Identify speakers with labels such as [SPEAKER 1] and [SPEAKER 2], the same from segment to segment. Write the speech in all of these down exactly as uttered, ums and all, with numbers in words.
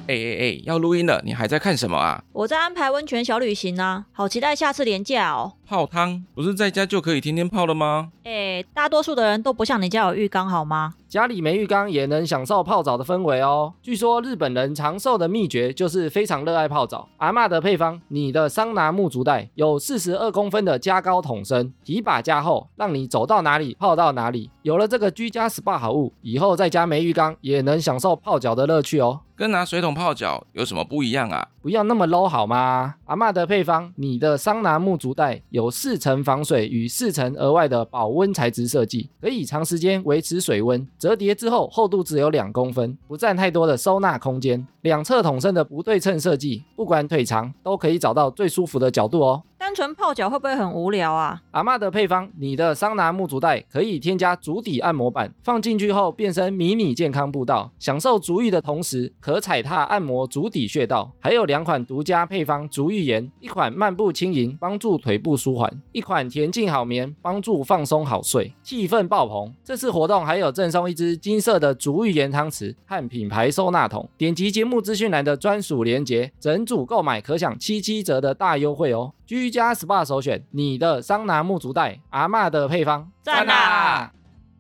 [SPEAKER 1] 哎哎哎，要录音了，你还在看什么啊？
[SPEAKER 2] 我在安排温泉小旅行啊，好期待下次连假哦。
[SPEAKER 1] 泡汤不是在家就可以天天泡了吗？
[SPEAKER 2] 哎，大多数的人都不像你家有浴缸好吗？
[SPEAKER 3] 家里没浴缸也能享受泡澡的氛围哦。据说日本人长寿的秘诀就是非常热爱泡澡。阿嬷的配方，你的桑拿木足袋有四十二公分的加高筒身，提把加厚，让你走到哪里泡到哪里。有了这个居家 S P A 好物，以后在家没浴缸也能享受泡脚的乐趣哦。
[SPEAKER 1] 跟拿水桶泡脚有什么不一样啊？
[SPEAKER 3] 不要那么 low 好吗？阿嬷的配方，你的桑拿木足袋有四层防水与四层额外的保温材质设计，可以长时间维持水温。折叠之后厚度只有两公分，不占太多的收纳空间。两侧筒身的不对称设计，不管腿长都可以找到最舒服的角度哦。
[SPEAKER 2] 单纯泡脚会不会很无聊啊？
[SPEAKER 3] 阿嬷的配方，你的桑拿木足袋可以添加足底按摩板，放进去后变身迷你健康步道，享受足浴的同时可踩踏按摩足底穴道。还有两款独家配方足浴盐，一款漫步轻盈帮助腿部舒缓，一款恬静好眠帮助放松好睡，气氛爆棚。这次活动还有赠送一支金色的足浴盐汤匙和品牌收纳桶，点击节目资讯栏的专属连结，整组购买可享七七折的大优惠哦。居家 S P A 首选，你的桑拿木足袋，阿嬷的配方，
[SPEAKER 2] 赞啊！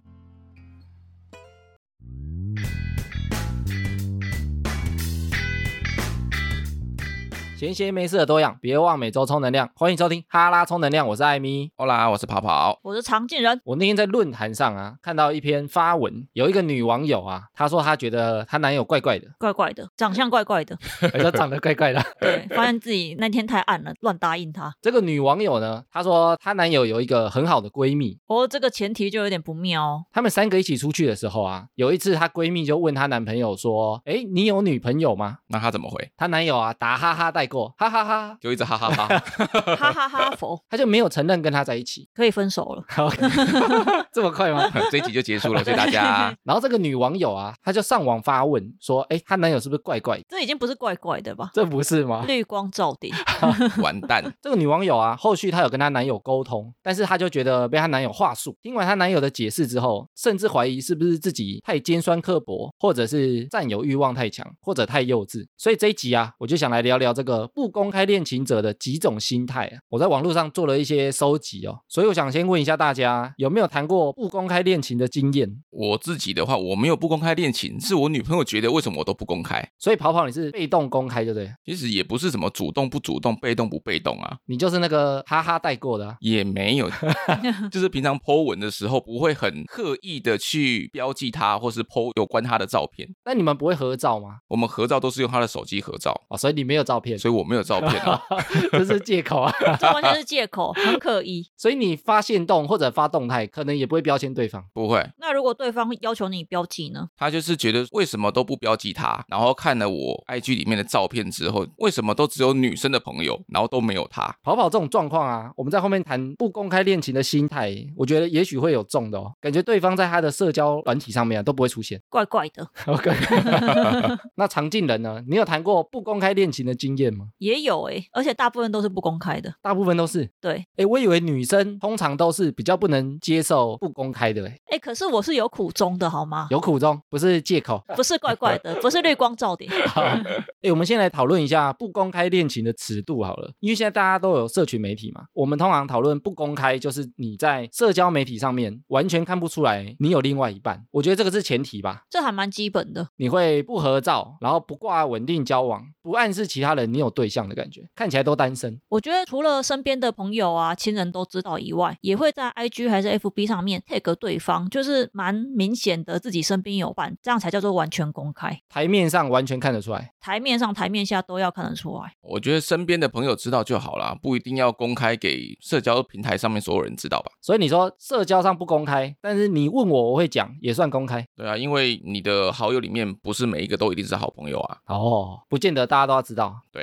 [SPEAKER 3] 闲闲没事的多养，别忘每周充能量。欢迎收听哈拉充能量，我是艾咪。
[SPEAKER 1] 欧啦，我是跑跑。
[SPEAKER 2] 我是常进人。
[SPEAKER 3] 我那天在论坛上啊，看到一篇发文，有一个女网友啊，她说她觉得她男友怪怪的，
[SPEAKER 2] 怪怪的，长相怪怪的，
[SPEAKER 3] 她长得怪怪的。
[SPEAKER 2] 对，发现自己那天太暗了，乱答应他。
[SPEAKER 3] 这个女网友呢，她说她男友有一个很好的闺蜜，
[SPEAKER 2] 哦，这个前提就有点不妙哦。
[SPEAKER 3] 他们三个一起出去的时候啊，有一次她闺蜜就问她男朋友说：“哎，你有女朋友吗？”
[SPEAKER 1] 那她怎么回？
[SPEAKER 3] 她男友啊，打哈哈带过，哈哈哈。
[SPEAKER 1] 就一直哈哈哈
[SPEAKER 2] 哈哈哈佛，
[SPEAKER 3] 他就没有承认跟他在一起，
[SPEAKER 2] 可以分手了。
[SPEAKER 3] 这么快吗？
[SPEAKER 1] 这一集就结束了，谢谢大家。
[SPEAKER 3] 然后这个女网友啊，她就上网发问说：“哎，她男友是不是怪怪的？”
[SPEAKER 2] 这已经不是怪怪的吧？
[SPEAKER 3] 这不是吗？
[SPEAKER 2] 绿光照顶，
[SPEAKER 1] 完蛋。
[SPEAKER 3] 这个女网友啊，后续她有跟她男友沟通，但是她就觉得被她男友话术。听完她男友的解释之后，甚至怀疑是不是自己太尖酸刻薄，或者是占有欲望太强，或者太幼稚。所以这一集啊，我就想来聊聊这个不公开恋情者的几种心态啊。我在网络上做了一些收集哦，所以我想先问一下大家，有没有谈过不公开恋情的经验？
[SPEAKER 1] 我自己的话，我没有不公开恋情，是我女朋友觉得为什么我都不公开。
[SPEAKER 3] 所以跑跑你是被动公开对不对？
[SPEAKER 1] 其实也不是什么主动不主动，被动不被动啊，
[SPEAKER 3] 你就是那个哈哈带过的啊。
[SPEAKER 1] 也没有，就是平常 po 文的时候不会很刻意的去标记他，或是 po 有关他的照片。
[SPEAKER 3] 那你们不会合照吗？
[SPEAKER 1] 我们合照都是用他的手机合照
[SPEAKER 3] 哦，所以你没有照片，
[SPEAKER 1] 所以我没有照片啊。
[SPEAKER 3] 这是借口啊。
[SPEAKER 2] 这完全是借口，很可疑。
[SPEAKER 3] 所以你发限动或者发动态，可能也不会标签对方。
[SPEAKER 1] 不会。
[SPEAKER 2] 那如果对方要求你标记呢？
[SPEAKER 1] 他就是觉得为什么都不标记他，然后看了我 I G 里面的照片之后，为什么都只有女生的朋友，然后都没有他。
[SPEAKER 3] 跑跑这种状况啊，我们在后面谈不公开恋情的心态，我觉得也许会有中的哦。感觉对方在他的社交软体上面啊都不会出现，
[SPEAKER 2] 怪怪的。
[SPEAKER 3] OK 那常进人呢？你有谈过不公开恋情的经验吗？
[SPEAKER 2] 也有诶、欸，而且大部分都是不公开的。
[SPEAKER 3] 大部分都是。
[SPEAKER 2] 对。
[SPEAKER 3] 哎，我以为女生通常都是比较不能接受不公开的。哎，
[SPEAKER 2] 哎，可是我是有苦衷的好吗？
[SPEAKER 3] 有苦衷，不是借口，
[SPEAKER 2] 不是怪怪的，不是绿光照顶。
[SPEAKER 3] 哎，我们先来讨论一下不公开恋情的尺度好了，因为现在大家都有社群媒体嘛，我们通常讨论不公开，就是你在社交媒体上面完全看不出来你有另外一半，我觉得这个是前提吧。
[SPEAKER 2] 这还蛮基本的。
[SPEAKER 3] 你会不合照，然后不挂稳定交往，不暗示其他人你有对象的感觉，看起来都单身。
[SPEAKER 2] 我觉得除了身边的朋友啊、亲人都知道以外，也会在 I G 还是 F B 上面 tag 对方，就是蛮明显的自己身边有伴，这样才叫做完全公开。
[SPEAKER 3] 台面上完全看得出来，
[SPEAKER 2] 台面上台面下都要看得出来。
[SPEAKER 1] 我觉得身边的朋友知道就好啦，不一定要公开给社交平台上面所有人知道吧。
[SPEAKER 3] 所以你说社交上不公开，但是你问我我会讲也算公开。
[SPEAKER 1] 对啊，因为你的好友里面不是每一个都一定是好朋友啊。
[SPEAKER 3] 哦，不见得大家都要知道。
[SPEAKER 1] 对啊。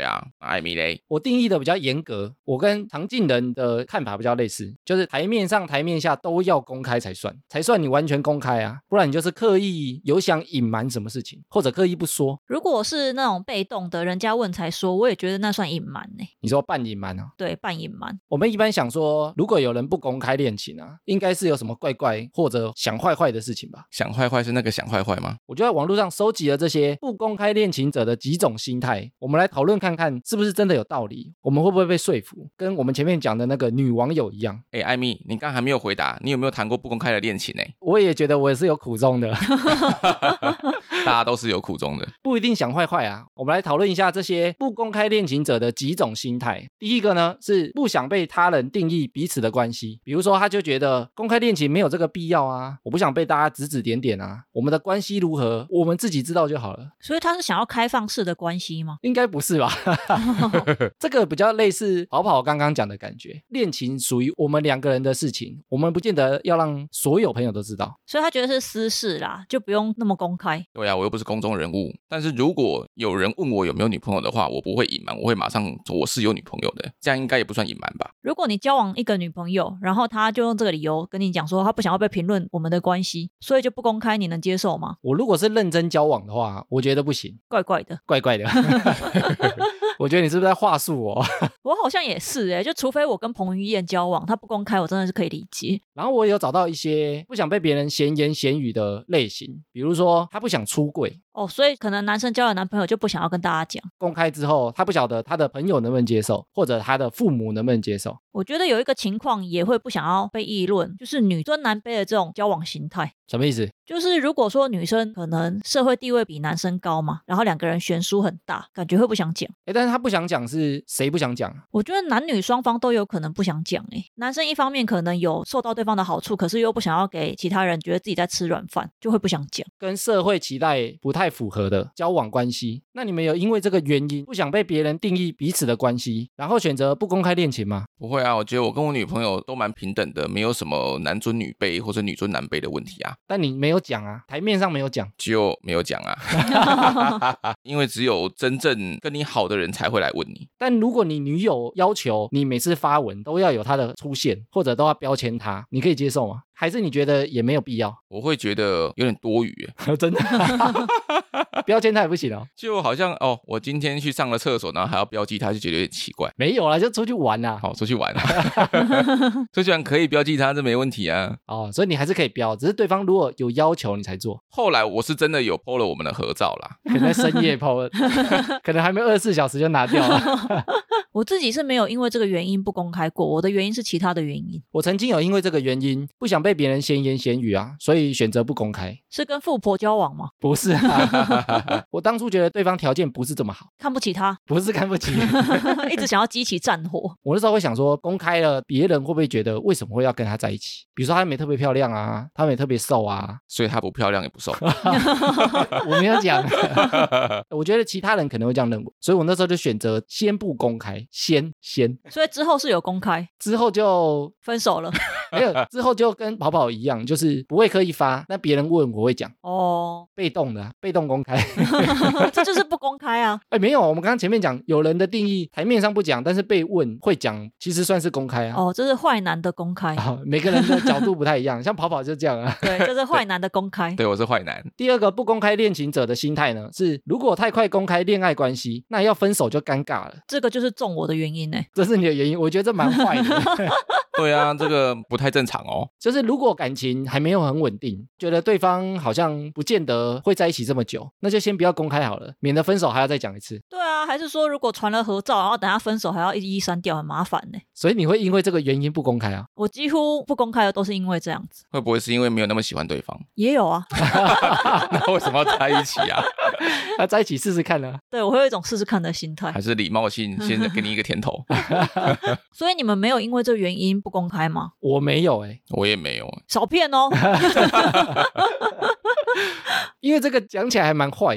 [SPEAKER 1] 啊，艾米嘞，
[SPEAKER 3] 我定义的比较严格，我跟常进人的看法比较类似，就是台面上台面下都要公开才算，才算你完全公开啊，不然你就是刻意有想隐瞒什么事情，或者刻意不说。
[SPEAKER 2] 如果是那种被动的，人家问才说，我也觉得那算隐瞒呢。
[SPEAKER 3] 你说半隐瞒啊？
[SPEAKER 2] 对，半隐瞒。
[SPEAKER 3] 我们一般想说，如果有人不公开恋情啊，应该是有什么怪怪或者想坏坏的事情吧？
[SPEAKER 1] 想坏坏是那个想坏坏吗？
[SPEAKER 3] 我就在网络上收集了这些不公开恋情者的几种心态，我们来讨论看看是不是真的有道理，我们会不会被说服，跟我们前面讲的那个女网友一样。
[SPEAKER 1] 哎，艾米，你刚还没有回答，你有没有谈过不公开的恋情呢？
[SPEAKER 3] 我也觉得我也是有苦衷的。
[SPEAKER 1] 大家都是有苦衷的，
[SPEAKER 3] 不一定想坏坏啊。我们来讨论一下这些不公开恋情者的几种心态。第一个呢，是不想被他人定义彼此的关系，比如说他就觉得公开恋情没有这个必要啊，我不想被大家指指点点啊，我们的关系如何我们自己知道就好了。
[SPEAKER 2] 所以他是想要开放式的关系吗？
[SPEAKER 3] 应该不是吧？这个比较类似跑跑刚刚讲的感觉，恋情属于我们两个人的事情，我们不见得要让所有朋友都知道，
[SPEAKER 2] 所以他觉得是私事啦，就不用那么公开。
[SPEAKER 1] 对啊，我又不是公众人物，但是如果有人问我有没有女朋友的话，我不会隐瞒，我会马上说我是有女朋友的，这样应该也不算隐瞒吧。
[SPEAKER 2] 如果你交往一个女朋友，然后他就用这个理由跟你讲说他不想要被评论我们的关系，所以就不公开，你能接受吗？
[SPEAKER 3] 我如果是认真交往的话，我觉得不行，
[SPEAKER 2] 怪怪的，
[SPEAKER 3] 怪怪的。我觉得你是不是在话术我？
[SPEAKER 2] 我好像也是耶，就除非我跟彭于晏交往，他不公开，我真的是可以理解。
[SPEAKER 3] 然后我也有找到一些不想被别人闲言闲语的类型，比如说他不想出柜
[SPEAKER 2] 哦，所以可能男生交了男朋友就不想要跟大家讲，
[SPEAKER 3] 公开之后他不晓得他的朋友能不能接受，或者他的父母能不能接受。
[SPEAKER 2] 我觉得有一个情况也会不想要被议论，就是女尊男卑的这种交往形态。
[SPEAKER 3] 什么意思？
[SPEAKER 2] 就是如果说女生可能社会地位比男生高嘛，然后两个人悬殊很大，感觉会不想讲。
[SPEAKER 3] 诶，但是他不想讲是谁不想讲？
[SPEAKER 2] 我觉得男女双方都有可能不想讲。诶，男生一方面可能有受到对方的好处，可是又不想要给其他人觉得自己在吃软饭，就会不想讲。
[SPEAKER 3] 跟社会期待不太符合的交往关系，那你们有因为这个原因不想被别人定义彼此的关系，然后选择不公开恋情吗？
[SPEAKER 1] 不会啊，我觉得我跟我女朋友都蛮平等的，没有什么男尊女卑或者女尊男卑的问题啊。
[SPEAKER 3] 但你没有讲啊，台面上没有讲，
[SPEAKER 1] 就没有讲啊。因为只有真正跟你好的人才会来问你。
[SPEAKER 3] 但如果你女友要求你每次发文都要有她的出现，或者都要标签她，你可以接受吗？还是你觉得也没有必要？
[SPEAKER 1] 我会觉得有点多余耶。
[SPEAKER 3] 真的标签他也不行哦，
[SPEAKER 1] 就好像哦，我今天去上了厕所，然后还要标记他，就觉得有点奇怪。
[SPEAKER 3] 没有啦，就出去玩啦。
[SPEAKER 1] 好，出去玩啊。出去玩可以标记他，这没问题啊。
[SPEAKER 3] 哦，所以你还是可以标，只是对方如果有要求你才做。
[SPEAKER 1] 后来我是真的有 po 了我们的合照啦，
[SPEAKER 3] 可能深夜 po 可能还没二十四小时就拿掉了。
[SPEAKER 2] 我自己是没有因为这个原因不公开过，我的原因是其他的原因。
[SPEAKER 3] 我曾经有因为这个原因不想被别人闲言闲语啊，所以选择不公开。
[SPEAKER 2] 是跟富婆交往吗？
[SPEAKER 3] 不是啊。我当初觉得对方条件不是这么好，
[SPEAKER 2] 看不起他，
[SPEAKER 3] 不是看不起。
[SPEAKER 2] 一直想要激起战火。
[SPEAKER 3] 我那时候会想说，公开了别人会不会觉得为什么会要跟他在一起？比如说他没特别漂亮啊，他没特别瘦啊，
[SPEAKER 1] 所以他不漂亮也不瘦。
[SPEAKER 3] 我没有讲。我觉得其他人可能会这样认为，所以我那时候就选择先不公开，先先。
[SPEAKER 2] 所以之后是有公开，
[SPEAKER 3] 之后就
[SPEAKER 2] 分手了。
[SPEAKER 3] 没有，之后就跟跑跑一样，就是不会刻意发，那别人问我会讲。
[SPEAKER 2] 哦，
[SPEAKER 3] 被动的、啊，被动公开。
[SPEAKER 2] 这就是不公开啊。
[SPEAKER 3] 哎，没有，我们刚刚前面讲有人的定义，台面上不讲，但是被问会讲，其实算是公开啊。
[SPEAKER 2] 哦，这是坏男的公开。
[SPEAKER 3] 哦，每个人的角度不太一样，像跑跑就这样啊。
[SPEAKER 2] 对，这是坏男的公开。
[SPEAKER 1] 对，我是坏男。
[SPEAKER 3] 第二个不公开恋情者的心态呢，是如果太快公开恋爱关系，那要分手就尴尬了。
[SPEAKER 2] 这个就是中我的原因呢。
[SPEAKER 3] 这是你的原因，我觉得这蛮坏的。
[SPEAKER 1] 对啊，这个不太正常哦。
[SPEAKER 3] 就是如果感情还没有很稳定，觉得对方好像不见得会在一起这么久，那就先不要公开好了，免得分手还要再讲一次。
[SPEAKER 2] 对啊，还是说如果传了合照，然后等下分手还要一一删掉，很麻烦呢。
[SPEAKER 3] 所以你会因为这个原因不公开啊？
[SPEAKER 2] 我几乎不公开的都是因为这样子。
[SPEAKER 1] 会不会是因为没有那么喜欢对方？
[SPEAKER 2] 也有啊。
[SPEAKER 1] 那为什么要在一起啊？
[SPEAKER 3] 那在一起试试看呢、啊？
[SPEAKER 2] 对，我会有一种试试看的心态。
[SPEAKER 1] 还是礼貌性先给你一个甜头。
[SPEAKER 2] 所以你们没有因为这个原因不公开吗？
[SPEAKER 3] 我没有哎、欸，
[SPEAKER 1] 我也没有。
[SPEAKER 2] 少骗哦。
[SPEAKER 3] 因为这个讲起来还蛮坏的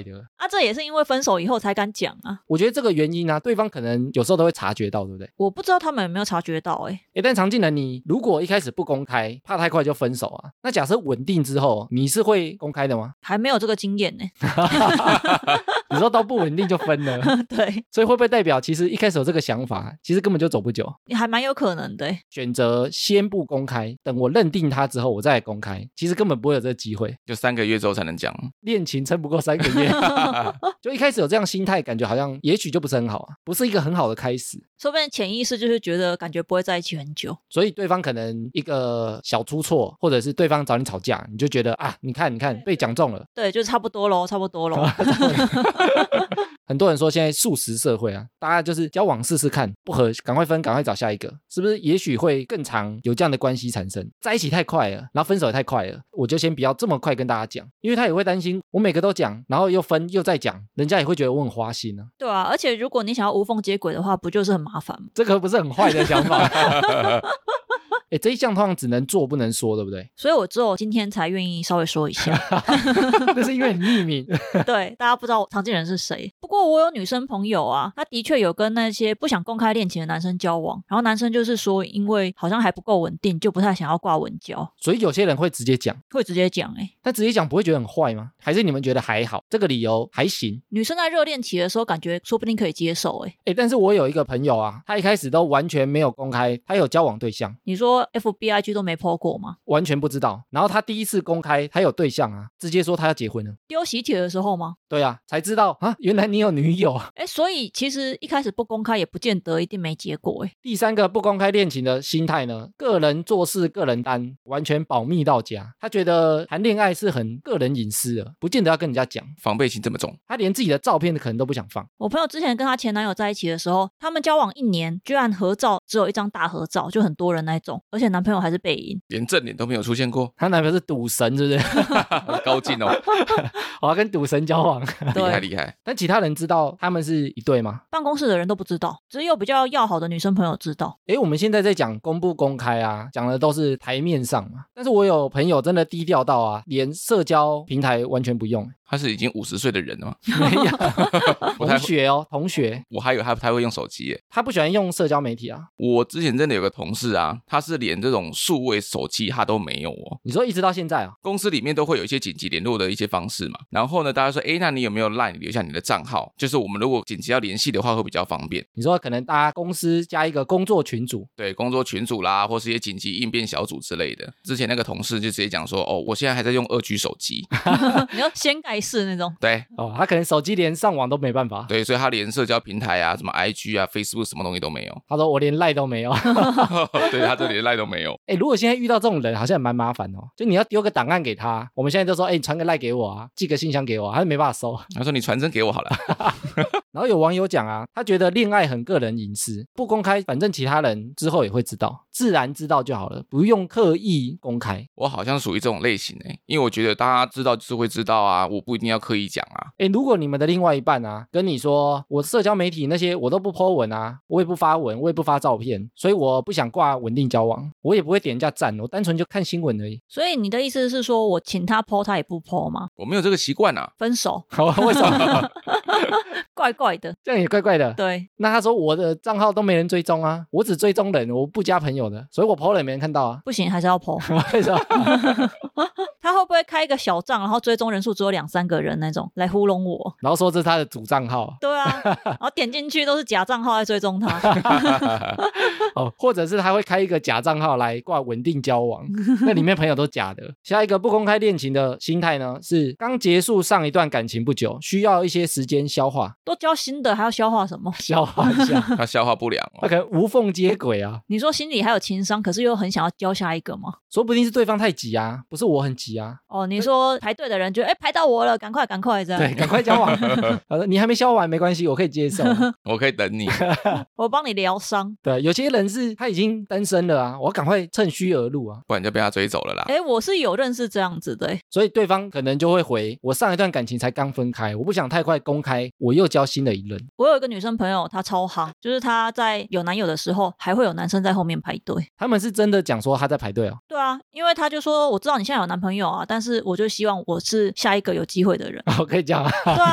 [SPEAKER 2] 啊，这也是因为分手以后才敢讲啊。
[SPEAKER 3] 我觉得这个原因啊，对方可能有时候都会察觉到，对不对？
[SPEAKER 2] 我不知道他们有没有察觉到哎、欸。
[SPEAKER 3] 诶，但常进人，你如果一开始不公开，怕太快就分手啊，那假设稳定之后，你是会公开的吗？
[SPEAKER 2] 还没有这个经验呢、
[SPEAKER 3] 欸。你说都不稳定就分了，
[SPEAKER 2] 对，
[SPEAKER 3] 所以会不会代表其实一开始有这个想法，其实根本就走不久？
[SPEAKER 2] 还蛮有可能的、欸。
[SPEAKER 3] 选择先不公开，等我认定他之后，我再来公开，其实根本不会有这个机会。
[SPEAKER 1] 就三个月之后才能讲，
[SPEAKER 3] 恋情撑不过三个月，就一开始有这样心态，感觉好像也许就不是很好啊，不是一个很好的开始。
[SPEAKER 2] 说不定潜意识就是觉得感觉不会在一起很久，
[SPEAKER 3] 所以对方可能一个小出错，或者是对方找你吵架，你就觉得啊，你看你看被讲中了，
[SPEAKER 2] 对，就差不多咯，差不多咯。
[SPEAKER 3] 很多人说现在速食社会啊，大家就是交往试试看，不合赶快分，赶快找下一个，是不是？也许会更长有这样的关系产生。在一起太快了，然后分手也太快了，我就先不要这么快跟大家讲，因为他也会担心我每个都讲，然后又分又再讲，人家也会觉得我很花心啊。
[SPEAKER 2] 对啊，而且如果你想要无缝接轨的话，不就是很麻烦吗？
[SPEAKER 3] 这个不是很坏的想法。哎，这一项通常只能做不能说，对不对？
[SPEAKER 2] 所以我只有今天才愿意稍微说一下。
[SPEAKER 3] 那是因为你匿名。
[SPEAKER 2] 对，大家不知道常见人是谁。不过我有女生朋友啊，她的确有跟那些不想公开恋情的男生交往，然后男生就是说因为好像还不够稳定，就不太想要挂稳交，
[SPEAKER 3] 所以有些人会直接讲，
[SPEAKER 2] 会直接讲哎、欸。
[SPEAKER 3] 但直接讲不会觉得很坏吗？还是你们觉得还好？这个理由还行？
[SPEAKER 2] 女生在热恋期的时候感觉说不定可以接受哎、欸。
[SPEAKER 3] 哎，但是我有一个朋友啊，他一开始都完全没有公开他有交往对象。
[SPEAKER 2] 你说 F B I G 都没 po 过吗？
[SPEAKER 3] 完全不知道。然后他第一次公开他有对象啊，直接说他要结婚了。
[SPEAKER 2] 丢喜帖的时候吗？
[SPEAKER 3] 对啊，才知道啊，原来你有女友啊。
[SPEAKER 2] 哎，所以其实一开始不公开也不见得一定没结果哎。
[SPEAKER 3] 第三个不公开恋情的心态呢，个人做事个人担，完全保密到家。他觉得谈恋爱是很个人隐私的，不见得要跟人家讲，
[SPEAKER 1] 防备心这么重，
[SPEAKER 3] 他连自己的照片可能都不想放。
[SPEAKER 2] 我朋友之前跟她前男友在一起的时候，他们交往一年，居然合照只有一张大合照，就很多人那种，而且男朋友还是背影，
[SPEAKER 1] 连正脸都没有出现过。
[SPEAKER 3] 她男朋友是赌神，是不是？
[SPEAKER 1] 高进哦，
[SPEAKER 3] 我要跟赌神交往，
[SPEAKER 1] 厉害厉害。
[SPEAKER 3] 但其他人知道他们是一对吗？
[SPEAKER 2] 办公室的人都不知道，只有比较要好的女生朋友知道。
[SPEAKER 3] 诶，我们现在在讲公不公开啊，讲的都是台面上嘛。但是我有朋友真的低调到啊，连社交平台完全不用。
[SPEAKER 1] 他是已经五十岁的人了吗？
[SPEAKER 3] 没有，同学哦，同学。
[SPEAKER 1] 我还以为他不太会用手机耶。
[SPEAKER 3] 他不喜欢用社交媒体啊。
[SPEAKER 1] 我之前真的有个同事啊，他是连这种数位手机他都没有哦。
[SPEAKER 3] 你说一直到现在啊？
[SPEAKER 1] 公司里面都会有一些紧急联络的一些方式嘛。然后呢，大家说，诶，那你有没有 LINE 留下你的账号？就是我们如果紧急要联系的话，会比较方便。
[SPEAKER 3] 你说可能大家公司加一个工作群组，
[SPEAKER 1] 对，工作群组啦，或是一些紧急应变小组之类的。之前那个同事就直接讲说，哦，我现在还在用二 G 手机。
[SPEAKER 2] 你说掀盖式那种？
[SPEAKER 1] 对。
[SPEAKER 3] 哦，他可能手机连上网都没办法。
[SPEAKER 1] 对，所以他连社交平台啊，什么 I G 啊 Facebook 什么东西都没有。
[SPEAKER 3] 他说我连 LINE 都没有。
[SPEAKER 1] 对，他这里连 LINE 都没有。
[SPEAKER 3] 哎，如果现在遇到这种人好像也蛮麻烦哦，就你要丢个档案给他，我们现在就说，哎，你传个 LINE 给我啊，寄个信箱给我啊，他就没办法收。
[SPEAKER 1] 他说你传真给我好了。
[SPEAKER 3] 然后有网友讲啊，他觉得恋爱很个人隐私，不公开，反正其他人之后也会知道，自然知道就好了，不用刻意公开。
[SPEAKER 1] 我好像属于这种类型诶，因为我觉得大家知道就是会知道啊，我不一定要刻意讲啊。
[SPEAKER 3] 诶，如果你们的另外一半啊跟你说，我社交媒体那些我都不 po 文啊，我也不发文，我也不发照片，所以我不想挂稳定交往，我也不会点人家赞，我单纯就看新闻而已。
[SPEAKER 2] 所以你的意思是说我请他 po 他也不 po 吗？
[SPEAKER 1] 我没有这个习惯啊。
[SPEAKER 2] 分手？
[SPEAKER 3] 为什么？
[SPEAKER 2] 怪怪的，
[SPEAKER 3] 这样也怪怪的。
[SPEAKER 2] 对，
[SPEAKER 3] 那他说我的账号都没人追踪啊，我只追踪人，我不加朋友的，所以我 po 了也没人看到啊。
[SPEAKER 2] 不行，还是要 po。
[SPEAKER 3] 为什么？
[SPEAKER 2] 他会不会开一个小账，然后追踪人数只有两三个人那种来糊弄我？
[SPEAKER 3] 然后说这是他的主账号。
[SPEAKER 2] 对啊，然后点进去都是假账号在追踪他。
[SPEAKER 3] 哦，或者是他会开一个假账号来挂稳定交往，那里面朋友都假的。下一个不公开恋情的心态呢，是刚结束上一段感情不久，需要一些时间消化。
[SPEAKER 2] 都交新的还要消化什么？
[SPEAKER 3] 消化一下。
[SPEAKER 1] 他消化不良哦。
[SPEAKER 3] 他可能无缝接轨啊。
[SPEAKER 2] 你说心里还有情伤，可是又很想要交下一个吗？
[SPEAKER 3] 说不定是对方太急啊，不是我很急啊。
[SPEAKER 2] 哦，你说排队的人觉得哎排到我了，赶快赶快这样。
[SPEAKER 3] 对，赶快交往。他说你还没消完没关系，我可以接受。
[SPEAKER 1] 我可以等你。
[SPEAKER 2] 我帮你疗伤。
[SPEAKER 3] 对，有些人是他已经单身了啊，我赶快趁虚而入啊，
[SPEAKER 1] 不然就被他追走了啦。
[SPEAKER 2] 哎，我是有认识这样子的。
[SPEAKER 3] 所以对方可能就会回我上一段感情才刚分开，我不想太快公开，我又交新的一任。
[SPEAKER 2] 我有一个女生朋友，她超夯，就是她在有男友的时候，还会有男生在后面排队。
[SPEAKER 3] 他们是真的讲说她在排队哦。
[SPEAKER 2] 对啊，因为她就说我知道你现在有男朋友啊，但是我就希望我是下一个有机会的人。
[SPEAKER 3] 我可以讲啊。
[SPEAKER 2] 对啊，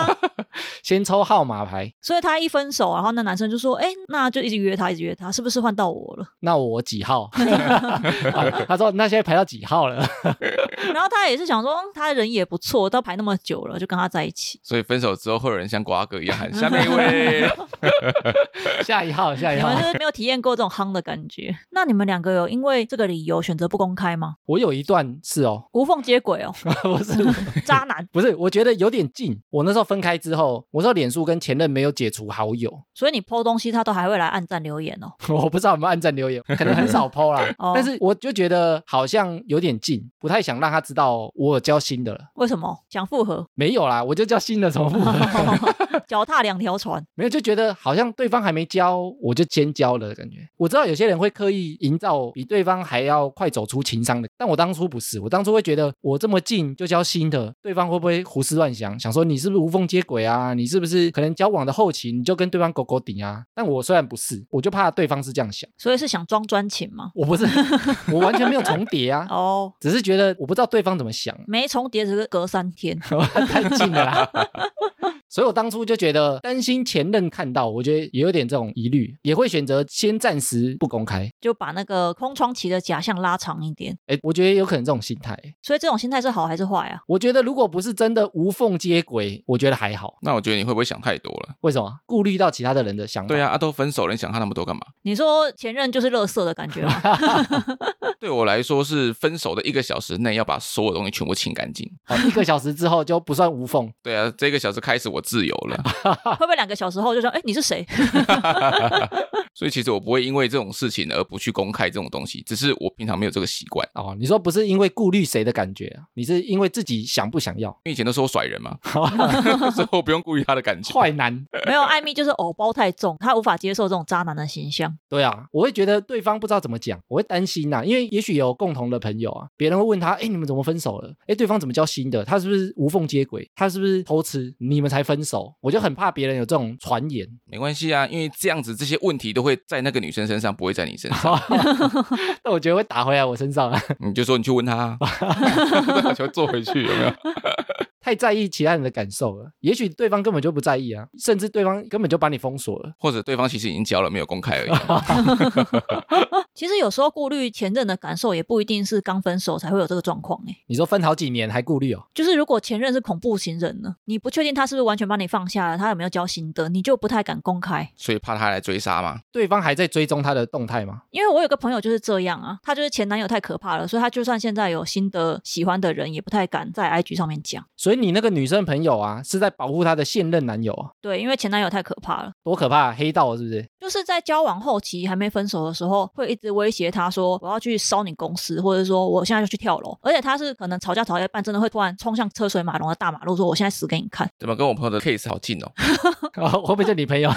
[SPEAKER 3] 先抽号码牌。
[SPEAKER 2] 所以他一分手，然后那男生就说：“哎，那就一直约他，一直约他，是不是换到我了？”
[SPEAKER 3] 那我几号？啊、他说那现在排到几号了？
[SPEAKER 2] 然后他也是想说，他人也不错，都排那么久了，就跟他在一起。
[SPEAKER 1] 所以分手之后会有人像瓜哥一样喊下面一位，
[SPEAKER 3] 下一号，下一号。
[SPEAKER 2] 你们是没有体验过这种夯的感觉。那你们两个有因为这个理由选择不公开吗？
[SPEAKER 3] 我有一段是哦，
[SPEAKER 2] 无缝接轨哦，
[SPEAKER 3] 不是
[SPEAKER 2] 渣男。
[SPEAKER 3] 不是，我觉得有点近。我那时候分开之后，我说脸书跟前任没有解除好友，
[SPEAKER 2] 所以你 po 东西他都还会来按赞留言哦。
[SPEAKER 3] 我不知道有没有按赞留言，可能很少 po 啦。
[SPEAKER 2] 哦
[SPEAKER 3] 但是我就觉得好像有点近，不太想让他知道我有交新的了。
[SPEAKER 2] 为什么？想复合？
[SPEAKER 3] 没有啦，我就交新的，怎么复合？
[SPEAKER 2] 脚踏两条船。
[SPEAKER 3] 没有，就觉得好像对方还没交，我就先交了的感觉。我知道有些人会刻意营造比对方还要快走出情伤的，但我当初不是，我当初会觉得我这么近就交新的，对方会不会胡思乱想，想说你是不是无缝接轨啊？你是不是可能交往的后期你就跟对方狗狗顶啊？但我虽然不是，我就怕对方是这样想，
[SPEAKER 2] 所以是想装专情吗？
[SPEAKER 3] 我不是，我完全没有重叠啊。
[SPEAKER 2] 哦，
[SPEAKER 3] 只是觉得我不知道对方怎么想，
[SPEAKER 2] 没重叠，只是隔三天。
[SPEAKER 3] 太近了啦。所以我当初就觉得担心前任看到，我觉得也有点这种疑虑，也会选择先暂时不公开，
[SPEAKER 2] 就把那个空窗期的假象拉长一点。
[SPEAKER 3] 哎，我觉得有可能这种心态。
[SPEAKER 2] 所以这种心态是好还是坏啊？
[SPEAKER 3] 我觉得如果不是真的无缝接轨，我觉得还好。
[SPEAKER 1] 那我觉得你会不会想太多了？
[SPEAKER 3] 为什么？顾虑到其他的人的想法。
[SPEAKER 1] 对啊，啊都分手了，你想他那么多干嘛？
[SPEAKER 2] 你说前任就是垃圾的感觉吗？
[SPEAKER 1] 对我来说是分手的一个小时内要把所有东西全部清干净。
[SPEAKER 3] 好，一个小时之后就不算无缝。
[SPEAKER 1] 对啊，这个小时开始我自由了。
[SPEAKER 2] 会不会两个小时后就说，哎，你是谁？
[SPEAKER 1] 所以其实我不会因为这种事情而不去公开这种东西，只是我平常没有这个习惯。
[SPEAKER 3] 哦，你说不是因为顾虑谁的感觉啊，你是因为自己想不想要？
[SPEAKER 1] 因为以前都说我甩人嘛，所以我不用顾虑他的感情。
[SPEAKER 3] 坏男。
[SPEAKER 2] 没有，艾米就是偶包太重，他无法接受这种渣男的形象。
[SPEAKER 3] 对啊，我会觉得对方不知道怎么讲，我会担心呐、啊，因为也许有共同的朋友啊，别人会问他，哎，你们怎么分手了？哎，对方怎么交新的？他是不是无缝接轨？他是不是偷吃？你们才分手？我就很怕别人有这种传言。
[SPEAKER 1] 没关系啊，因为这样子这些问题都会在那个女生身上，不会在你身上。
[SPEAKER 3] 但我觉得会打回来我身上啊。
[SPEAKER 1] 你就说你去问他、啊，把球做回去有没有？
[SPEAKER 3] 太在意其他人的感受了，也许对方根本就不在意啊，甚至对方根本就把你封锁了，
[SPEAKER 1] 或者对方其实已经交了，没有公开而已。
[SPEAKER 2] 其实有时候顾虑前任的感受，也不一定是刚分手才会有这个状况哎。
[SPEAKER 3] 你说分好几年还顾虑哦？
[SPEAKER 2] 就是如果前任是恐怖情人呢，你不确定他是不是完全把你放下了，他有没有交新的，你就不太敢公开。
[SPEAKER 1] 所以怕他来追杀吗？
[SPEAKER 3] 对方还在追踪他的动态吗？
[SPEAKER 2] 因为我有个朋友就是这样啊，他就是前男友太可怕了，所以他就算现在有新的喜欢的人，也不太敢在 I G 上面讲。
[SPEAKER 3] 所以你那个女生朋友啊，是在保护她的现任男友啊？
[SPEAKER 2] 对，因为前男友太可怕了。
[SPEAKER 3] 多可怕，黑道是不是？
[SPEAKER 2] 就是在交往后期还没分手的时候，会一直威胁他说我要去烧你公司，或者说我现在就去跳楼。而且他是可能吵架吵到一半，真的会突然冲向车水马龙的大马路，说我现在死给你看。
[SPEAKER 1] 怎么跟我朋友的 case 好近哦？
[SPEAKER 3] 哦，会不会就你朋友？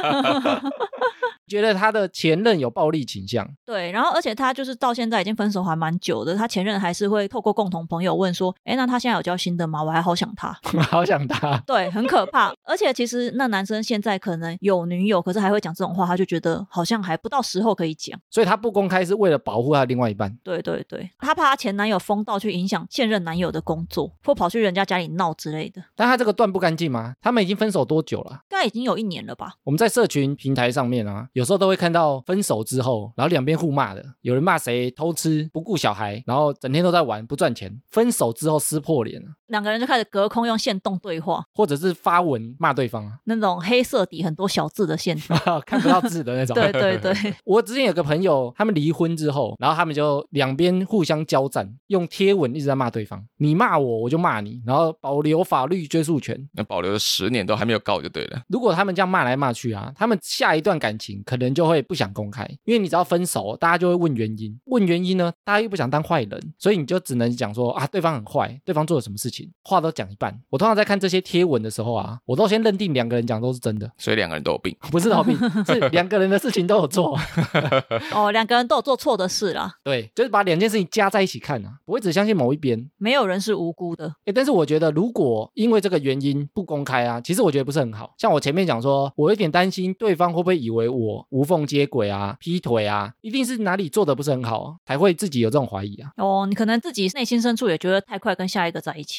[SPEAKER 3] 觉得他的前任有暴力倾向。
[SPEAKER 2] 对，然后而且他就是到现在已经分手还蛮久的，他前任还是会透过共同朋友问说，哎，那他现在有交新的吗？我还好想他。
[SPEAKER 3] 好想他。
[SPEAKER 2] 对，很可怕。而且其实那男生现在可能有女友，可是还会讲这种话，他就觉得好像还不到时候可以讲。
[SPEAKER 3] 所以他不公开是为了保护他的另外一半。
[SPEAKER 2] 对对对，他怕他前男友疯到去影响现任男友的工作，或跑去人家家里闹之类的。
[SPEAKER 3] 但他这个断不干净吗？他们已经分手多久了？
[SPEAKER 2] 大概已经有一年了吧。
[SPEAKER 3] 我们在社群平台上面啊，有时候都会看到分手之后，然后两边互骂的，有人骂谁偷吃不顾小孩，然后整天都在玩不赚钱，分手之后撕破脸，
[SPEAKER 2] 两个人就开始隔空用限动对话，
[SPEAKER 3] 或者是发文骂对方啊，
[SPEAKER 2] 那种黑色底很多小字的线
[SPEAKER 3] 看不到字的那种。
[SPEAKER 2] 对对对，
[SPEAKER 3] 我之前有个朋友，他们离婚之后，然后他们就两边互相交战，用贴文一直在骂对方，你骂我我就骂你，然后保留法律追诉权。
[SPEAKER 1] 那保留了十年都还没有告就对了。
[SPEAKER 3] 如果他们这样骂来骂去啊，他们下一段感情可能就会不想公开，因为你只要分手，大家就会问原因，问原因呢，大家又不想当坏人，所以你就只能讲说啊，对方很坏，对方做了什么事情，话都讲一半。我通常在看这些贴文的时候啊，我都先认定两个人讲都是真的，
[SPEAKER 1] 所以两个人都有病，
[SPEAKER 3] 不是逃避，是两个人的事情都有做。
[SPEAKER 2] 哦，两个人都有做错的事啦。
[SPEAKER 3] 对，就是把两件事情加在一起看啊，不会只相信某一边，
[SPEAKER 2] 没有人是无辜的。
[SPEAKER 3] 诶，但是我觉得如果因为这个原因不公开啊，其实我觉得不是很好。像我前面讲说，我有点担心对方会不会以为我无缝接轨啊、劈腿啊，一定是哪里做的不是很好才会自己有这种怀疑啊。
[SPEAKER 2] 哦，你可能自己内心深处也觉得太快跟下一个在一起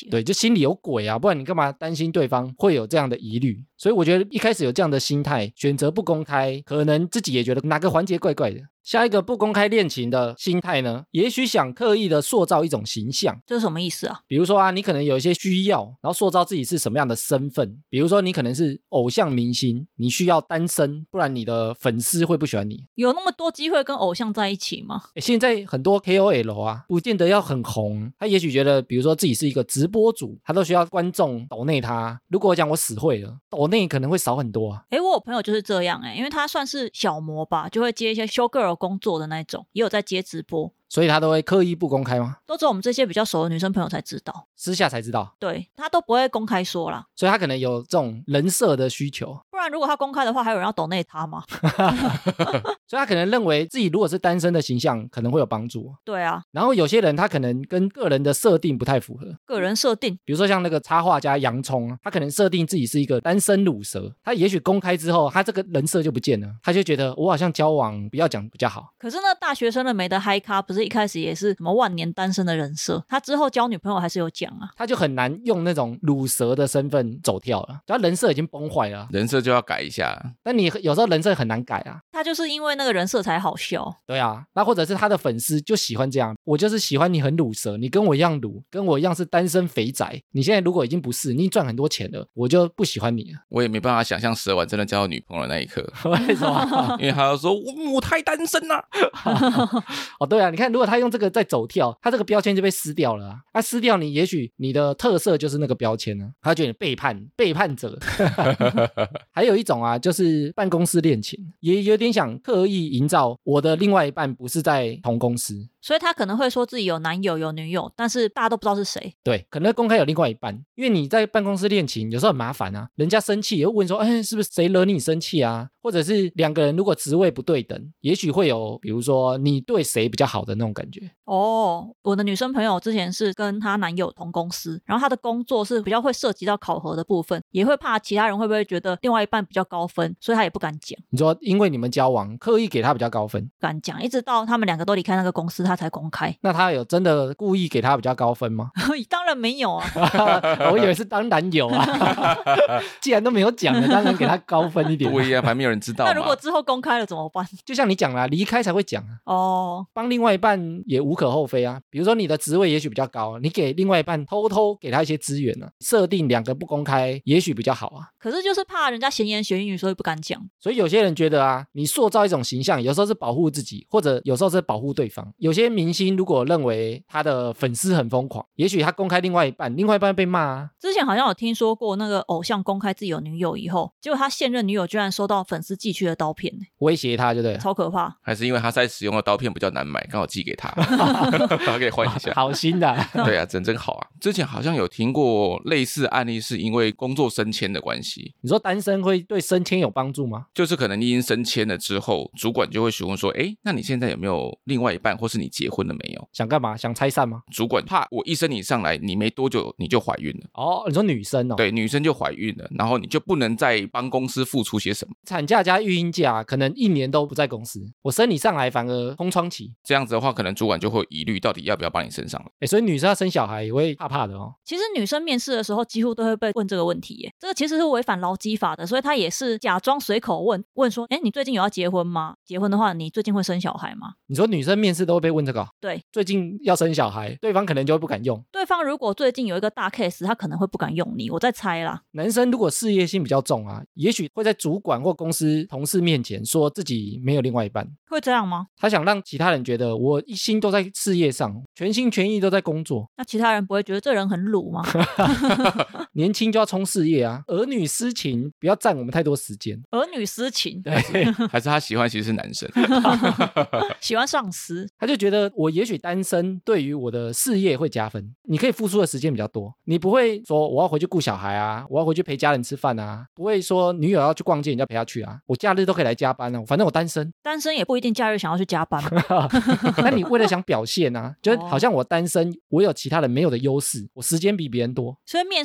[SPEAKER 2] 题。
[SPEAKER 3] 对，就心里有鬼啊，不然你干嘛担心对方会有这样的疑虑？所以我觉得一开始有这样的心态，选择不公开，可能自己也觉得哪个环节怪怪的。下一个不公开恋情的心态呢，也许想刻意的塑造一种形象。
[SPEAKER 2] 这是什么意思啊？
[SPEAKER 3] 比如说啊，你可能有一些需要，然后塑造自己是什么样的身份。比如说你可能是偶像明星，你需要单身，不然你的粉丝会不喜欢你。
[SPEAKER 2] 有那么多机会跟偶像在一起吗？
[SPEAKER 3] 诶现在很多 K O L 啊，不见得要很红，他也许觉得，比如说自己是一个直播主，他都需要观众抖内他。如果我讲我死会了，抖内可能会少很多啊。
[SPEAKER 2] 诶，我有朋友就是这样诶，因为他算是小模吧，就会接一些 show girl 工作的那种，也有在接直播。
[SPEAKER 3] 所以他都会刻意不公开吗？
[SPEAKER 2] 都只有我们这些比较熟的女生朋友才知道，
[SPEAKER 3] 私下才知道。
[SPEAKER 2] 对，他都不会公开说啦。
[SPEAKER 3] 所以他可能有这种人设的需求。
[SPEAKER 2] 不然如果他公开的话，还有人要抖内他吗？
[SPEAKER 3] 所以他可能认为自己如果是单身的形象可能会有帮助。
[SPEAKER 2] 对啊，
[SPEAKER 3] 然后有些人他可能跟个人的设定不太符合。
[SPEAKER 2] 个人设定，
[SPEAKER 3] 比如说像那个插画家洋葱，他可能设定自己是一个单身乳蛇，他也许公开之后他这个人设就不见了，他就觉得我好像交往不要讲比较好。
[SPEAKER 2] 可是那大学生的没得嗨咖不是一开始也是什么万年单身的人设，他之后交女朋友还是有讲啊，
[SPEAKER 3] 他就很难用那种乳蛇的身份走跳了，他人设已经崩坏了。
[SPEAKER 1] 人设就要改一下。
[SPEAKER 3] 但你有时候人设很难改啊。
[SPEAKER 2] 他就是因为那个人设才好笑。
[SPEAKER 3] 对啊，那或者是他的粉丝就喜欢这样，我就是喜欢你很乳蛇，你跟我一样乳，跟我一样是单身肥宅，你现在如果已经不是，你已经赚很多钱了，我就不喜欢你了。
[SPEAKER 1] 我也没办法想象蛇丸真的交到女朋友的那一刻。
[SPEAKER 3] 为什么？
[SPEAKER 1] 因为他要说我母胎单身啊。
[SPEAKER 3] 哦，对啊，你看如果他用这个在走跳，他这个标签就被撕掉了啊。他撕掉你，也许你的特色就是那个标签呢，他觉得你背叛背叛者。还有一种啊，就是办公室恋情，也有点想刻意营造我的另外一半不是在同公司。
[SPEAKER 2] 所以他可能会说自己有男友有女友，但是大家都不知道是谁。
[SPEAKER 3] 对，可能公开有另外一半，因为你在办公室恋情有时候很麻烦啊，人家生气也会问说，哎，是不是谁惹你生气啊？或者是两个人如果职位不对等，也许会有比如说你对谁比较好的那种感觉。
[SPEAKER 2] 哦，我的女生朋友之前是跟她男友同公司，然后她的工作是比较会涉及到考核的部分，也会怕其他人会不会觉得另外一半比较高分，所以她也不敢讲。
[SPEAKER 3] 你说因为你们交往刻意给他比较高分，
[SPEAKER 2] 不敢讲，一直到他们两个都离开那个公司，她才公开。
[SPEAKER 3] 那他有真的故意给他比较高分吗？
[SPEAKER 2] 当然没有啊。
[SPEAKER 3] 我以为是当然有啊。既然都没有讲了，当然给他高分一点。
[SPEAKER 1] 对呀，反正没有人知道嘛。
[SPEAKER 2] 那如果之后公开了怎么办？
[SPEAKER 3] 就像你讲啦，离开才会讲啊。
[SPEAKER 2] 哦，
[SPEAKER 3] 帮另外一半也无可厚非啊。比如说你的职位也许比较高，你给另外一半偷偷给他一些资源啊，设定两个不公开也许比较好啊。
[SPEAKER 2] 可是就是怕人家闲言闲语，所以不敢讲。
[SPEAKER 3] 所以有些人觉得啊，你塑造一种形象，有时候是保护自己，或者有时候是保护对方。有些明星如果认为他的粉丝很疯狂，也许他公开另外一半，另外一半被骂啊。
[SPEAKER 2] 之前好像有听说过那个偶像公开自己有女友以后，结果他现任女友居然收到粉丝寄去的刀片，
[SPEAKER 3] 威胁他，对不对？
[SPEAKER 2] 超可怕。
[SPEAKER 1] 还是因为他在使用的刀片比较难买，刚好寄给他，他可以换一下。
[SPEAKER 3] 好心的、啊。
[SPEAKER 1] 对啊，真真好啊。之前好像有听过类似案例，是因为工作升迁的关系。
[SPEAKER 3] 你说单身会对升迁有帮助吗？
[SPEAKER 1] 就是可能你已经升迁了之后，主管就会询问说，哎，那你现在有没有另外一半，或是你结婚了没有？
[SPEAKER 3] 想干嘛？想拆散吗？
[SPEAKER 1] 主管怕我一升你上来，你没多久你就怀孕了。
[SPEAKER 3] 哦，你说女生哦？
[SPEAKER 1] 对，女生就怀孕了，然后你就不能再帮公司付出些什么。
[SPEAKER 3] 产假加育婴假，可能一年都不在公司，我升你上来反而空窗期。
[SPEAKER 1] 这样子的话，可能主管就会疑虑到底要不要帮你升上来。
[SPEAKER 3] 哎，所以女生要生小孩也会怕怕的哦。
[SPEAKER 2] 其实女生面试的时候几乎都会被问这个问题耶，这个其实是违反劳基法的，所以他也是假装随口问问说，哎，你最近有要结婚吗？结婚的话，你最近会生小孩吗？
[SPEAKER 3] 你说女生面试都会被问这个、哦？
[SPEAKER 2] 对，
[SPEAKER 3] 最近要生小孩，对方可能就会不敢用。
[SPEAKER 2] 对方如果最近有一个大 case， 他可能会不敢用你，我在猜啦。
[SPEAKER 3] 男生如果事业心比较重啊，也许会在主管或公司同事面前说自己没有另外一半。
[SPEAKER 2] 会这样吗？
[SPEAKER 3] 他想让其他人觉得我一心都在事业上，全心全意都在工作。
[SPEAKER 2] 那其他人不会觉得这人很鲁吗？
[SPEAKER 3] 年轻就要冲事业啊，儿女私情不要占我们太多时间。
[SPEAKER 2] 儿女私情，
[SPEAKER 3] 对，
[SPEAKER 1] 还是他喜欢其实是男生，
[SPEAKER 2] 喜欢上司，
[SPEAKER 3] 他就觉得我也许单身对于我的事业会加分，你可以付出的时间比较多，你不会说我要回去顾小孩啊，我要回去陪家人吃饭啊，不会说女友要去逛街你要陪她去啊，我假日都可以来加班啊，反正我单身。
[SPEAKER 2] 单身也不一定假日想要去加班。
[SPEAKER 3] 那你为了想表现啊，就好像我单身，我有其他人没有的优势，我时间比别人多。
[SPEAKER 2] 所以面试会故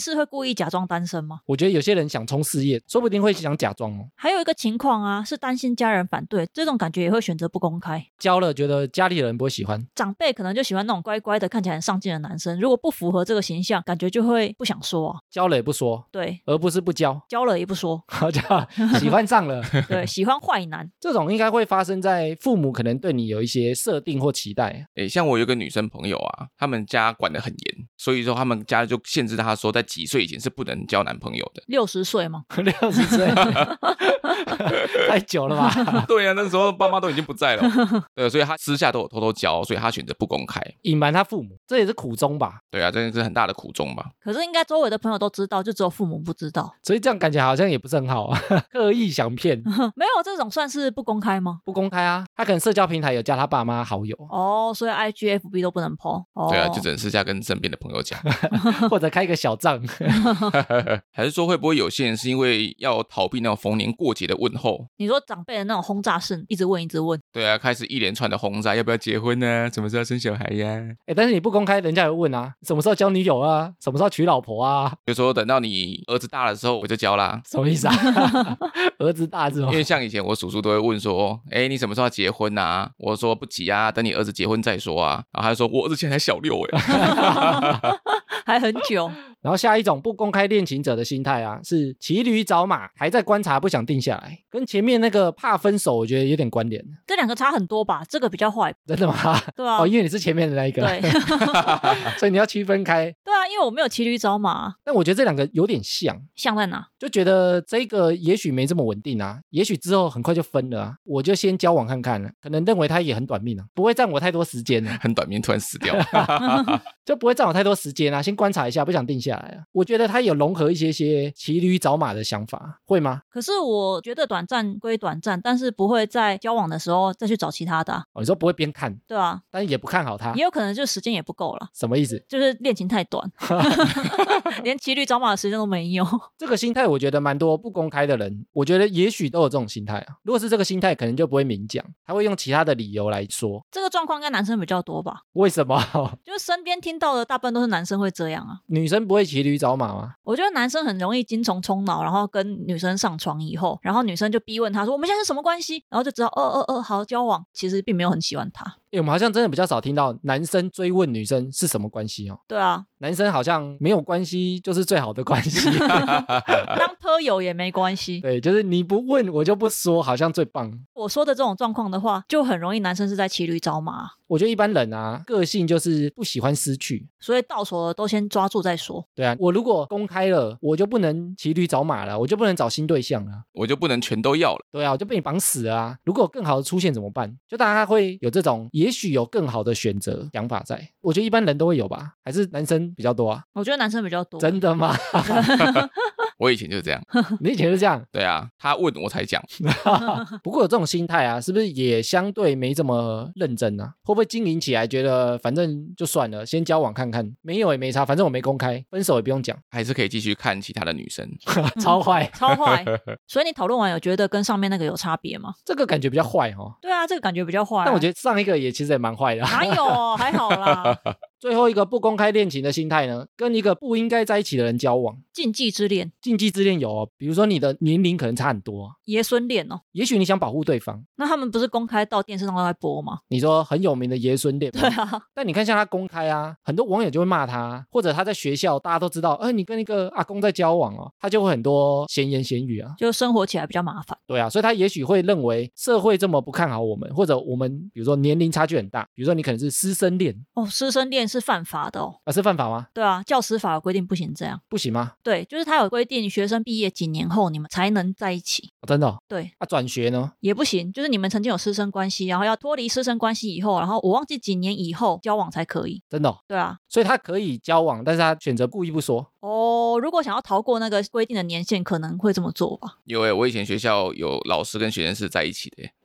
[SPEAKER 2] 故意假装单身吗？
[SPEAKER 3] 我觉得有些人想冲事业，说不定会想假装哦。
[SPEAKER 2] 还有一个情况啊，是担心家人反对，这种感觉也会选择不公开。
[SPEAKER 3] 交了觉得家里人不会喜欢，
[SPEAKER 2] 长辈可能就喜欢那种乖乖的、看起来很上进的男生，如果不符合这个形象，感觉就会不想说啊。
[SPEAKER 3] 交了也不说，
[SPEAKER 2] 对，
[SPEAKER 3] 而不是不交，
[SPEAKER 2] 交了也不说，
[SPEAKER 3] 就喜欢上了。
[SPEAKER 2] 对，喜欢坏男。
[SPEAKER 3] 这种应该会发生在父母可能对你有一些设定或期待。
[SPEAKER 1] 诶，像我有个女生朋友啊，他们家管得很严，所以说他们家就限制她说，在几岁以前是不能交男朋友的。
[SPEAKER 2] 六十岁吗？
[SPEAKER 3] 六十岁，太久了吧？
[SPEAKER 1] 对啊，那时候爸妈都已经不在了。对，所以她私下都有偷偷交，所以她选择不公开，
[SPEAKER 3] 隐瞒他父母，这也是苦衷吧？
[SPEAKER 1] 对啊，真的是很大的苦衷吧。
[SPEAKER 2] 可是应该周围的朋友都知道，就只有父母不知道。
[SPEAKER 3] 所以这样感觉好像也不是很好啊，刻意想骗。
[SPEAKER 2] 没有这种算是不公开吗？
[SPEAKER 3] 不公开啊，他可能社交平台有加他爸妈好友，
[SPEAKER 2] 哦，所以 I G F B 都不能 po。哦，
[SPEAKER 1] 对啊，就只能私下跟身边的朋友讲。
[SPEAKER 3] 或者开一个小账。
[SPEAKER 1] 还是说会不会有些人是因为要逃避那种逢年过节的问候？
[SPEAKER 2] 你说长辈的那种轰炸式，一直问一直问。
[SPEAKER 1] 对啊，开始一连串的轰炸，要不要结婚呢？什么时候生小孩呀？
[SPEAKER 3] 哎，但是你不公开，人家也会问啊，什么时候交女友啊？什么时候娶老婆啊？
[SPEAKER 1] 比如说等到你儿子大的时候，我就交啦。
[SPEAKER 3] 什么意思啊？儿子大之后，
[SPEAKER 1] 因为像以前我叔叔都会问说，哎，你什么时候要结婚啊？我说不急啊，等你儿子结婚再说啊。然后他就说，我儿子现在才小六哎，
[SPEAKER 2] 还很久。
[SPEAKER 3] 然后下一种不公开恋情者的心态啊，是骑驴找马，还在观察，不想定下来，跟前面那个怕分手，我觉得有点关联。
[SPEAKER 2] 这两个差很多吧？这个比较坏。
[SPEAKER 3] 真的吗？
[SPEAKER 2] 对啊。
[SPEAKER 3] 哦，因为你是前面的那一个，
[SPEAKER 2] 对，
[SPEAKER 3] 所以你要区分开。
[SPEAKER 2] 对啊，因为我没有骑驴找马。
[SPEAKER 3] 但我觉得这两个有点像，
[SPEAKER 2] 像在哪？
[SPEAKER 3] 就觉得这个也许没这么稳定啊，也许之后很快就分了啊，我就先交往看看了，可能认为他也很短命啊，不会占我太多时间啊，
[SPEAKER 1] 很短命突然死掉，
[SPEAKER 3] 就不会占我太多时间啊，先观察一下，不想定下来啊。我觉得他有融合一些些骑驴找马的想法，会吗？
[SPEAKER 2] 可是我觉得短暂归短暂，但是不会在交往的时候再去找其他的啊。
[SPEAKER 3] 哦，你说不会边看，
[SPEAKER 2] 对啊，
[SPEAKER 3] 但是也不看好他，
[SPEAKER 2] 也有可能就时间也不够了。
[SPEAKER 3] 什么意思？
[SPEAKER 2] 就是恋情太短，连骑驴找马的时间都没有。
[SPEAKER 3] 这个心态我觉得蛮多不公开的人，我觉得也许都有这种心态啊。如果是这个心态，可能就不会明讲，他会用其他的理由来说。
[SPEAKER 2] 这个状况应该男生比较多吧？
[SPEAKER 3] 为什么？
[SPEAKER 2] 就是身边听到的大部分都是男生会这样啊。
[SPEAKER 3] 女生不会骑驴找马吗？
[SPEAKER 2] 我觉得男生很容易精虫充脑，然后跟女生上床以后，然后女生就逼问他说我们现在是什么关系，然后就知道呃呃呃好交往，其实并没有很喜欢他。
[SPEAKER 3] 欸，我们好像真的比较少听到男生追问女生是什么关系哦。
[SPEAKER 2] 对啊，
[SPEAKER 3] 男生好像没有关系就是最好的关系。
[SPEAKER 2] 当朋友也没关系。
[SPEAKER 3] 对，就是你不问我就不说，好像最棒。
[SPEAKER 2] 我说的这种状况的话，就很容易男生是在骑驴找马。
[SPEAKER 3] 我觉得一般人啊，个性就是不喜欢失去，
[SPEAKER 2] 所以到手了都先抓住再说。
[SPEAKER 3] 对啊，我如果公开了，我就不能骑驴找马了，我就不能找新对象了，
[SPEAKER 1] 我就不能全都要了。
[SPEAKER 3] 对啊，我就被你绑死了啊！如果有更好的出现怎么办？就大家会有这种也许有更好的选择想法在，我觉得一般人都会有吧，还是男生比较多啊？
[SPEAKER 2] 我觉得男生比较多。
[SPEAKER 3] 真的吗？
[SPEAKER 1] 我以前就是这样。
[SPEAKER 3] 你以前是这样？
[SPEAKER 1] 对啊，他问我才讲。
[SPEAKER 3] 不过有这种心态啊，是不是也相对没这么认真啊？会不会经营起来觉得反正就算了，先交往看看，没有也没差，反正我没公开，分手也不用讲，
[SPEAKER 1] 还是可以继续看其他的女生。
[SPEAKER 3] 超坏，
[SPEAKER 2] 超坏。所以你讨论完有觉得跟上面那个有差别吗？
[SPEAKER 3] 这个感觉比较坏哦。
[SPEAKER 2] 对啊，这个感觉比较坏啊。
[SPEAKER 3] 但我觉得上一个也其实也蛮坏的。
[SPEAKER 2] 哪有？还好啦。
[SPEAKER 3] 最后一个不公开恋情的心态呢，跟一个不应该在一起的人交往，
[SPEAKER 2] 禁忌之恋。
[SPEAKER 3] 禁忌之恋有哦，比如说你的年龄可能差很多，
[SPEAKER 2] 爷孙恋哦。
[SPEAKER 3] 也许你想保护对方，
[SPEAKER 2] 那他们不是公开到电视上都在播吗？
[SPEAKER 3] 你说很有名的爷孙恋，
[SPEAKER 2] 对啊。
[SPEAKER 3] 但你看像他公开啊，很多网友就会骂他，或者他在学校大家都知道，哎，你跟一个阿公在交往哦，他就会很多闲言闲语啊，
[SPEAKER 2] 就生活起来比较麻烦。
[SPEAKER 3] 对啊，所以他也许会认为社会这么不看好我们，或者我们比如说年龄差距很大，比如说你可能是师生恋
[SPEAKER 2] 哦，师生恋是犯法的哦。
[SPEAKER 3] 啊，是犯法吗？
[SPEAKER 2] 对啊，教师法有规定不行这样。
[SPEAKER 3] 不行吗？
[SPEAKER 2] 对，就是他有规定，学生毕业几年后你们才能在一起。
[SPEAKER 3] 哦，真的哦？
[SPEAKER 2] 对
[SPEAKER 3] 啊，转学呢？
[SPEAKER 2] 也不行，就是你们曾经有师生关系，然后要脱离师生关系以后，然后我忘记几年以后交往才可以。
[SPEAKER 3] 真的哦？
[SPEAKER 2] 对啊。
[SPEAKER 3] 所以他可以交往，但是他选择故意不说。
[SPEAKER 2] 哦，如果想要逃过那个规定的年限，可能会这么做吧。
[SPEAKER 1] 有诶，我以前学校有老师跟学生是在一起的耶。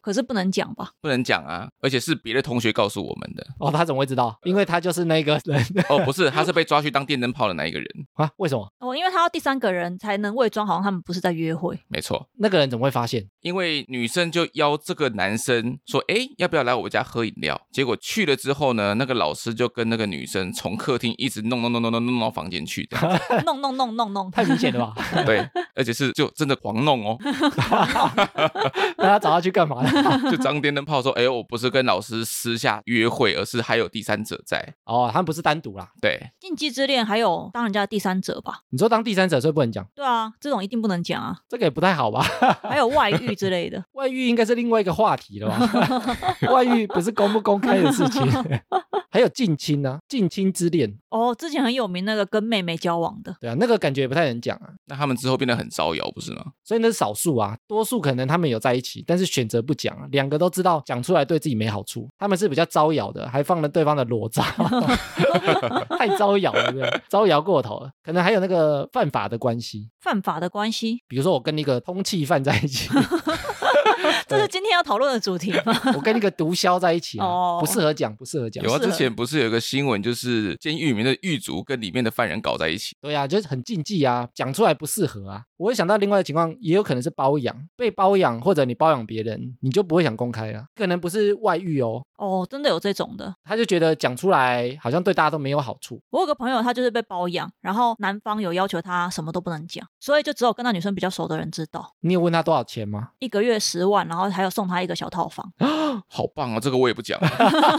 [SPEAKER 2] 可是不能讲吧？
[SPEAKER 1] 不能讲啊，而且是别的同学告诉我们的。
[SPEAKER 3] 哦，他怎么会知道？因为他就是那个人
[SPEAKER 1] 哦，不是，他是被抓去当电灯泡的那一个人。
[SPEAKER 3] 啊？为什么？
[SPEAKER 2] 哦，因为他要第三个人才能伪装，好像他们不是在约会。
[SPEAKER 1] 没错，
[SPEAKER 3] 那个人怎么会发现？
[SPEAKER 1] 因为女生就邀这个男生说，哎，要不要来我家喝饮料？结果去了之后呢，那个老师就跟那个女生从客厅一直弄弄弄弄弄弄到房间去的，
[SPEAKER 2] 弄弄弄弄弄，
[SPEAKER 3] 太明显了吧？
[SPEAKER 1] 对，而且是就真的狂弄哦。
[SPEAKER 3] 那他找他去干嘛呢？
[SPEAKER 1] 就张电灯泡说，哎，我不是跟老师私下约会，而是还有第三者在。
[SPEAKER 3] 哦，他们不是单独啦。
[SPEAKER 1] 对，
[SPEAKER 2] 禁忌之恋还有当人家的第三者吧？
[SPEAKER 3] 你说当第三者所以不能讲，
[SPEAKER 2] 对啊，这种一定不能讲啊。
[SPEAKER 3] 这个也不太好吧？
[SPEAKER 2] 还有外遇之类的。
[SPEAKER 3] 外遇应该是另外一个话题了吧？外遇不是公不公开的事情。还有近亲啊，近亲之恋。
[SPEAKER 2] 哦，之前很有名那个跟妹妹交往的。
[SPEAKER 3] 对啊，那个感觉也不太能讲啊。
[SPEAKER 1] 那他们之后变得很招摇，不是吗？
[SPEAKER 3] 所以那是少数啊，多数可能他们有在一起，但是选择不讲啊，两个都知道讲出来对自己没好处，他们是比较招摇的，还放了对方的裸照，太招摇了，对不对？招摇过头了。可能还有那个犯法的关系，
[SPEAKER 2] 犯法的关系，
[SPEAKER 3] 比如说我跟一个通缉犯在一起。
[SPEAKER 2] 这是今天要讨论的主题吗？
[SPEAKER 3] 我跟一个毒枭在一起啊，
[SPEAKER 2] 哦
[SPEAKER 3] 不适合讲，不适合讲。
[SPEAKER 1] 有啊，
[SPEAKER 2] 是
[SPEAKER 1] 之前不是有一个新闻，就是监狱里面的狱卒跟里面的犯人搞在一起。
[SPEAKER 3] 对啊，就是很禁忌啊，讲出来不适合啊。我会想到另外的情况，也有可能是包养，被包养或者你包养别人，你就不会想公开啊。可能不是外遇哦，
[SPEAKER 2] 哦，真的有这种的。
[SPEAKER 3] 他就觉得讲出来好像对大家都没有好处。
[SPEAKER 2] 我有个朋友，他就是被包养，然后男方有要求他什么都不能讲，所以就只有跟那女生比较熟的人知道。
[SPEAKER 3] 你有问他多少钱吗？
[SPEAKER 2] 一个月十万，然后还有送他一个小套房。
[SPEAKER 1] 好棒啊！这个我也不讲。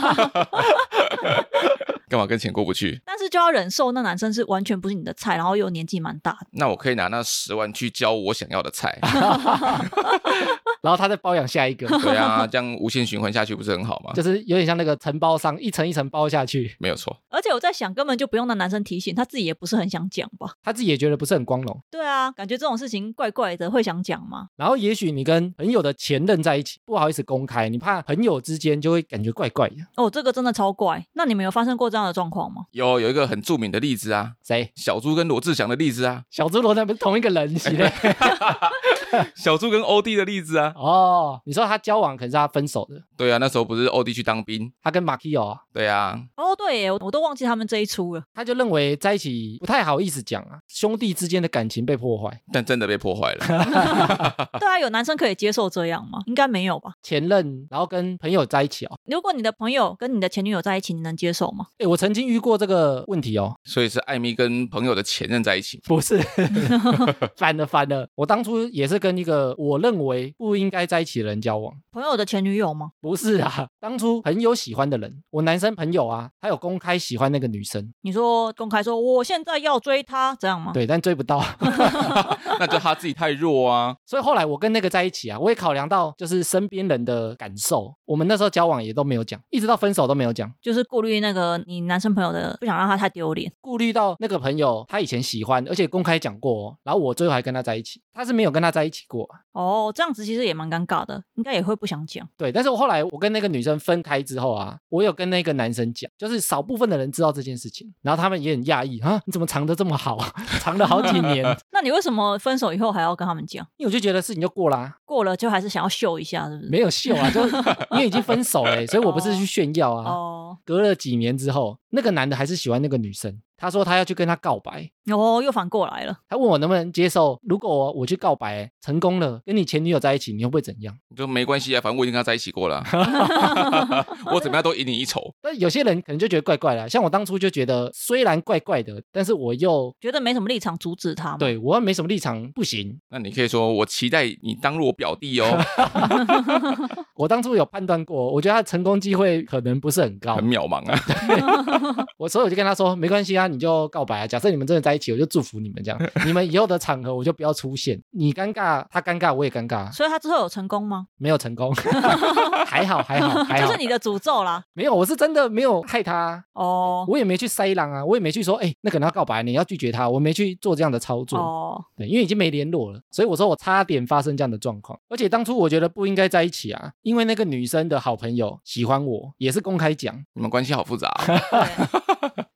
[SPEAKER 1] 干嘛跟钱过不去？
[SPEAKER 2] 但是就要忍受那男生是完全不是你的菜，然后又年纪蛮大的。
[SPEAKER 1] 那我可以拿那十万去教我想要的菜。
[SPEAKER 3] 然后他再包养下一个。
[SPEAKER 1] 对啊，这样无限循环下去不是很好吗？
[SPEAKER 3] 就是有点像那个承包商，一层一层包下去。
[SPEAKER 1] 没有错。
[SPEAKER 2] 而且我在想，根本就不用那男生提醒，他自己也不是很想讲吧？
[SPEAKER 3] 他自己也觉得不是很光荣。
[SPEAKER 2] 对啊，感觉这种事情怪怪的，会想讲吗？
[SPEAKER 3] 然后也许你跟朋友的前任在一起，不好意思公开，你怕朋友之间就会感觉怪怪的。
[SPEAKER 2] 哦，这个真的超怪。那你们有发生过这样的状况吗？
[SPEAKER 1] 有有一个很著名的例子啊，
[SPEAKER 3] 谁？
[SPEAKER 1] 小猪跟罗志祥的例子啊，
[SPEAKER 3] 小猪罗那不是同一个人是嘞？
[SPEAKER 1] 小猪跟欧弟的例子啊。
[SPEAKER 3] 哦，你说他交往可能是他分手的。
[SPEAKER 1] 对啊，那时候不是欧弟去当兵，
[SPEAKER 3] 他跟马 k i o 啊。
[SPEAKER 1] 对啊。
[SPEAKER 2] 哦，对耶，我我都忘记他们这一出了。
[SPEAKER 3] 他就认为在一起不太好意思讲啊，兄弟之间的感情被破坏。
[SPEAKER 1] 但真的被破坏了。
[SPEAKER 2] 对啊，有男生可以接受这样吗？应该没有吧。
[SPEAKER 3] 前任然后跟朋友在一起哦。
[SPEAKER 2] 如果你的朋友跟你的前女友在一起，你能接受吗？
[SPEAKER 3] 哎，我曾经遇过这个问题哦。
[SPEAKER 1] 所以是艾米跟朋友的前任在一起。
[SPEAKER 3] 不是。反了反了，我当初也是跟一个我认为不应该在一起的人交往。
[SPEAKER 2] 朋友的前女友吗？
[SPEAKER 3] 不是啊，当初很有喜欢的人，我男生朋友啊，他有公开喜欢那个女生。
[SPEAKER 2] 你说公开说我现在要追她，这样吗？
[SPEAKER 3] 对，但追不到。
[SPEAKER 1] 那就他自己太弱啊。
[SPEAKER 3] 所以后来我跟那个在一起啊，我也考量到就是身边人的感受，我们那时候交往也都没有讲，一直到分手都没有讲，
[SPEAKER 2] 就是顾虑那个你男生朋友的，不想让他太丢脸。
[SPEAKER 3] 顾虑到那个朋友他以前喜欢，而且公开讲过哦，然后我最后还跟他在一起，他是没有跟他在一起过啊。
[SPEAKER 2] 哦，这样子其实也蛮尴尬的，应该也会不想讲。
[SPEAKER 3] 对，但是我后来我跟那个女生分开之后啊，我有跟那个男生讲，就是少部分的人知道这件事情，然后他们也很讶异啊，你怎么藏得这么好，藏了好几年。
[SPEAKER 2] 那你为什么分手以后还要跟他们讲？
[SPEAKER 3] 因为我就觉得事情就过啦、啊，
[SPEAKER 2] 过了就还是想要秀一下，是不是？
[SPEAKER 3] 没有秀啊，就因为已经分手了，所以我不是去炫耀啊。
[SPEAKER 2] 哦，
[SPEAKER 3] 隔了几年之后，那个男的还是喜欢那个女生，他说他要去跟她告白。
[SPEAKER 2] 哦，又反过来了。
[SPEAKER 3] 他问我能不能接受，如果我去告白成功了，跟你前女友在一起，你会不会怎样？
[SPEAKER 1] 就没关系啊，反正我已经跟他在一起过了、啊。我怎么样都赢你一筹。
[SPEAKER 3] 但有些人可能就觉得怪怪的，像我当初就觉得虽然怪怪的，但是我又
[SPEAKER 2] 觉得没什么立场阻止他嘛。
[SPEAKER 3] 对我又没什么立场，不行。
[SPEAKER 1] 那你可以说我期待你当入我表弟哦。
[SPEAKER 3] 我当初有判断过，我觉得他的成功机会可能不是很高，
[SPEAKER 1] 很渺茫啊。
[SPEAKER 3] 我所以我就跟他说没关系啊，你就告白啊，假设你们真的在一起，我就祝福你们这样，你们以后的场合我就不要出现，你尴尬他尴尬我也尴尬。
[SPEAKER 2] 所以他之后有成功吗？
[SPEAKER 3] 没有成功。还好还好还好，
[SPEAKER 2] 就是你的诅咒啦。
[SPEAKER 3] 没有，我是真的没有害他
[SPEAKER 2] 哦，
[SPEAKER 3] 我也没去塞狼啊，我也没去说哎、欸、那个人要告白你要拒绝他，我没去做这样的操作。
[SPEAKER 2] 哦，
[SPEAKER 3] 对，因为已经没联络了，所以我说我差点发生这样的状况。而且当初我觉得不应该在一起啊，因为那个女生的好朋友喜欢我，也是公开讲，
[SPEAKER 1] 你们关系好复杂、哦。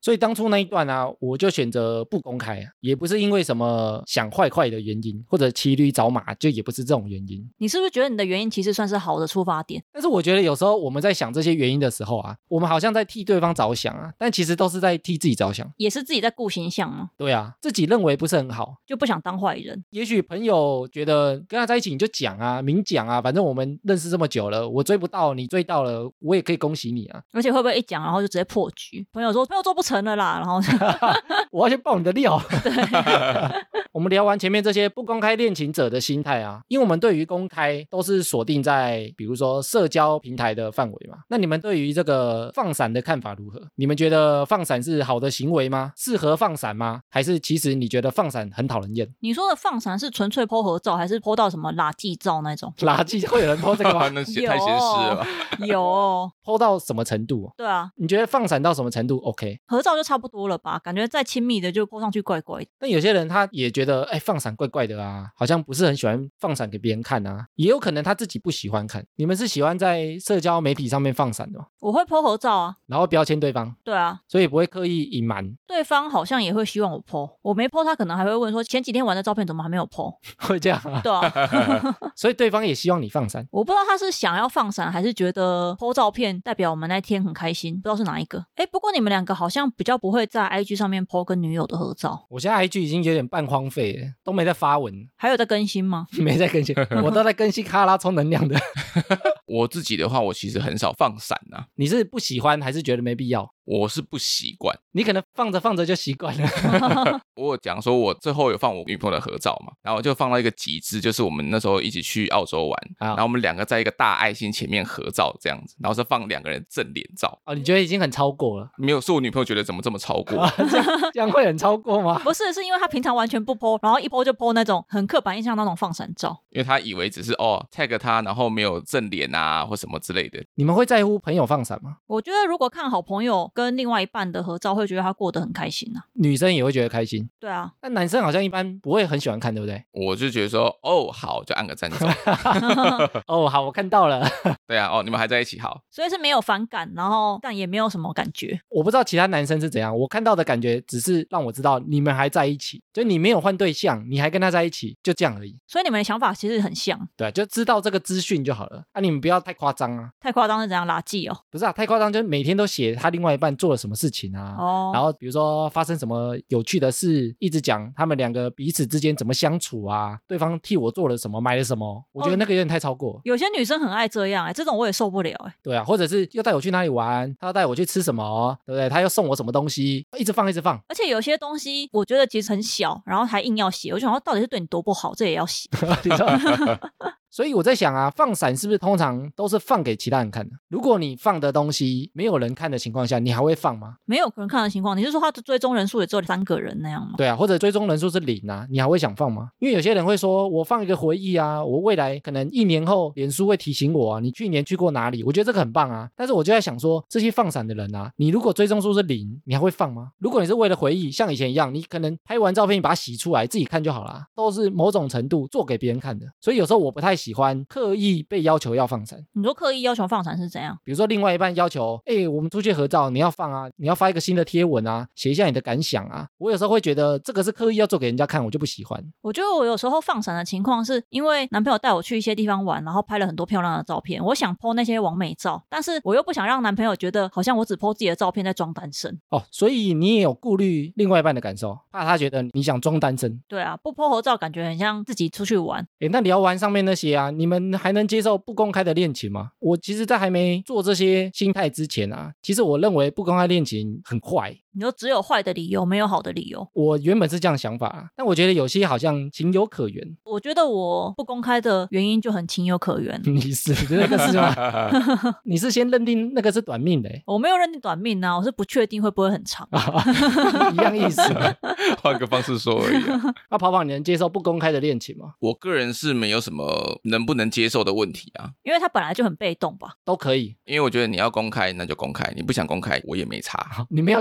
[SPEAKER 3] 所以当初那一段啊，我就选择不公开，也不是因为什么想坏坏的原因，或者骑驴找马，就也不是这种原因。
[SPEAKER 2] 你是不是觉得你的原因其实算是好的出发点？
[SPEAKER 3] 但是我觉得有时候我们在想这些原因的时候啊，我们好像在替对方着想啊，但其实都是在替自己着想，
[SPEAKER 2] 也是自己在顾形象吗？
[SPEAKER 3] 对啊，自己认为不是很好，
[SPEAKER 2] 就不想当坏人。
[SPEAKER 3] 也许朋友觉得跟他在一起你就讲啊，明讲啊，反正我们认识这么久了，我追不到你追到了，我也可以恭喜你啊。
[SPEAKER 2] 而且会不会一讲然后就直接破局？朋友说朋友做不成了啦，然后
[SPEAKER 3] 我要去爆你的料。我们聊完前面这些不公开恋情者的心态啊，因为我们对于公开都是锁定在比如说社交平台的范围嘛，那你们对于这个放闪的看法如何？你们觉得放闪是好的行为吗？适合放闪吗？还是其实你觉得放闪很讨人厌？
[SPEAKER 2] 你说的放闪是纯粹 po 合照，还是 po 到什么垃圾照那种？
[SPEAKER 3] 垃圾会有人 po 这个吗？
[SPEAKER 1] 那些太闲事了吧。
[SPEAKER 2] 有
[SPEAKER 3] po 到什么程度？
[SPEAKER 2] 对啊，
[SPEAKER 3] 你觉得放闪到什么程度 OK？
[SPEAKER 2] 合照就差不多了吧，感觉再亲密的就 po 上去怪怪的。
[SPEAKER 3] 但有些人他也觉得哎放闪怪怪的啊，好像不是很喜欢放闪给别人看啊，也有可能他自己不喜欢看。你们是喜欢在社交媒体上面放闪的吗？
[SPEAKER 2] 我会 po 合照啊，
[SPEAKER 3] 然后标签对方，
[SPEAKER 2] 对啊，
[SPEAKER 3] 所以不会刻意隐瞒。
[SPEAKER 2] 对方好像也会希望我 po， 我没 po 他可能还会问说前几天玩的照片怎么还没有 po。
[SPEAKER 3] 会这样啊？
[SPEAKER 2] 对啊。
[SPEAKER 3] 所以对方也希望你放闪。
[SPEAKER 2] 我不知道他是想要放闪，还是觉得 po 照片代表我们那天很开心，不知道是哪一个。哎，不过你们两个好像比较不会在 I G 上面 po 跟女友的合照。
[SPEAKER 3] 我现在 I G 已经有点半荒废了，都没在发文。
[SPEAKER 2] 还有在更新吗？
[SPEAKER 3] 没在更新，我都在更新哈拉充能量的。
[SPEAKER 1] 我自己的话，我其实很少放闪啊。
[SPEAKER 3] 你是不喜欢还是觉得没必要？
[SPEAKER 1] 我是不习惯，
[SPEAKER 3] 你可能放着放着就习惯了。
[SPEAKER 1] 我有讲说，我最后有放我女朋友的合照嘛，然后就放到一个极致，就是我们那时候一起去澳洲玩，然后我们两个在一个大爱心前面合照这样子，然后是放两个人正脸照。
[SPEAKER 3] 哦，你觉得已经很超过了？
[SPEAKER 1] 没有，是我女朋友觉得怎么这么超过？
[SPEAKER 3] 啊、这, 样这样会很超过吗？
[SPEAKER 2] 不是，是因为他平常完全不 po， 然后一 po 就 po 那种很刻板印象那种放闪照，
[SPEAKER 1] 因为他以为只是哦 tag 他，然后没有正脸啊或什么之类的。
[SPEAKER 3] 你们会在乎朋友放闪吗？
[SPEAKER 2] 我觉得如果看好朋友跟另外一半的合照，会觉得他过得很开心啊。
[SPEAKER 3] 女生也会觉得开心。
[SPEAKER 2] 对啊，
[SPEAKER 3] 但男生好像一般不会很喜欢看，对不对？
[SPEAKER 1] 我就觉得说，哦，好，就按个赞走。
[SPEAKER 3] 哦，好，我看到了。
[SPEAKER 1] 对啊，哦，你们还在一起，好。
[SPEAKER 2] 所以是没有反感，然后但也没有什么感觉。
[SPEAKER 3] 我不知道其他男生是怎样，我看到的感觉只是让我知道你们还在一起，就你没有换对象，你还跟他在一起，就这样而已。
[SPEAKER 2] 所以你们的想法其实很像。
[SPEAKER 3] 对，就知道这个资讯就好了。啊，你们不要太夸张啊！
[SPEAKER 2] 太夸张是怎样垃圾哦？
[SPEAKER 3] 不是啊，太夸张就是每天都写他另外一半做了什么事情啊，
[SPEAKER 2] 哦，
[SPEAKER 3] 然后比如说发生什么有趣的事，一直讲他们两个彼此之间怎么相处啊，对方替我做了什么，买了什么，我觉得那个有点太超过。
[SPEAKER 2] 有些女生很爱这样，哎，这种我也受不了，哎。
[SPEAKER 3] 对啊，或者是又带我去哪里玩，他要带我去吃什么，对不对？他又送我什么东西，一直放一直放。
[SPEAKER 2] 而且有些东西我觉得其实很小，然后还硬要写，我就想说到底是对你多不好，这也要写。
[SPEAKER 3] 所以我在想啊，放闪是不是通常都是放给其他人看的？如果你放的东西没有人看的情况下，你还会放吗？
[SPEAKER 2] 没有人看的情况，你是说他的追踪人数也只有三个人那样吗？
[SPEAKER 3] 对啊，或者追踪人数是零啊，你还会想放吗？因为有些人会说，我放一个回忆啊，我未来可能一年后，脸书会提醒我啊，你去年去过哪里？我觉得这个很棒啊。但是我就在想说，这些放闪的人啊，你如果追踪数是零，你还会放吗？如果你是为了回忆，像以前一样，你可能拍完照片，你把它洗出来自己看就好啦，都是某种程度做给别人看的。所以有时候我不太喜欢刻意被要求要放闪。
[SPEAKER 2] 你说刻意要求放闪是怎样？
[SPEAKER 3] 比如说另外一半要求，哎、欸，我们出去合照，你要放啊，你要发一个新的贴文啊，写一下你的感想啊。我有时候会觉得这个是刻意要做给人家看，我就不喜欢。
[SPEAKER 2] 我觉得我有时候放闪的情况是因为男朋友带我去一些地方玩，然后拍了很多漂亮的照片，我想 po 那些网美照，但是我又不想让男朋友觉得好像我只 po 自己的照片在装单身。
[SPEAKER 3] 哦，所以你也有顾虑另外一半的感受，怕他觉得你想装单身。
[SPEAKER 2] 对啊，不 po 合照感觉很像自己出去玩。
[SPEAKER 3] 诶，那聊完上面那些啊，你们还能接受不公开的恋情吗？我其实在还没做这些心态之前啊，其实我认为不公开恋情很坏。
[SPEAKER 2] 你说只有坏的理由，没有好的理由？
[SPEAKER 3] 我原本是这样想法啊，但我觉得有些好像情有可原。
[SPEAKER 2] 我觉得我不公开的原因就很情有可原。
[SPEAKER 3] 你是那个是吗？你是先认定那个是短命的、欸？
[SPEAKER 2] 我没有认定短命啊，我是不确定会不会很长。
[SPEAKER 3] 一样意思，
[SPEAKER 1] 换个方式说而已、啊。
[SPEAKER 3] 那跑跑，你能接受不公开的恋情吗？
[SPEAKER 1] 我个人是没有什么能不能接受的问题啊，
[SPEAKER 2] 因为他本来就很被动吧。
[SPEAKER 3] 都可以，
[SPEAKER 1] 因为我觉得你要公开那就公开，你不想公开我也没差。
[SPEAKER 3] 你没有喜好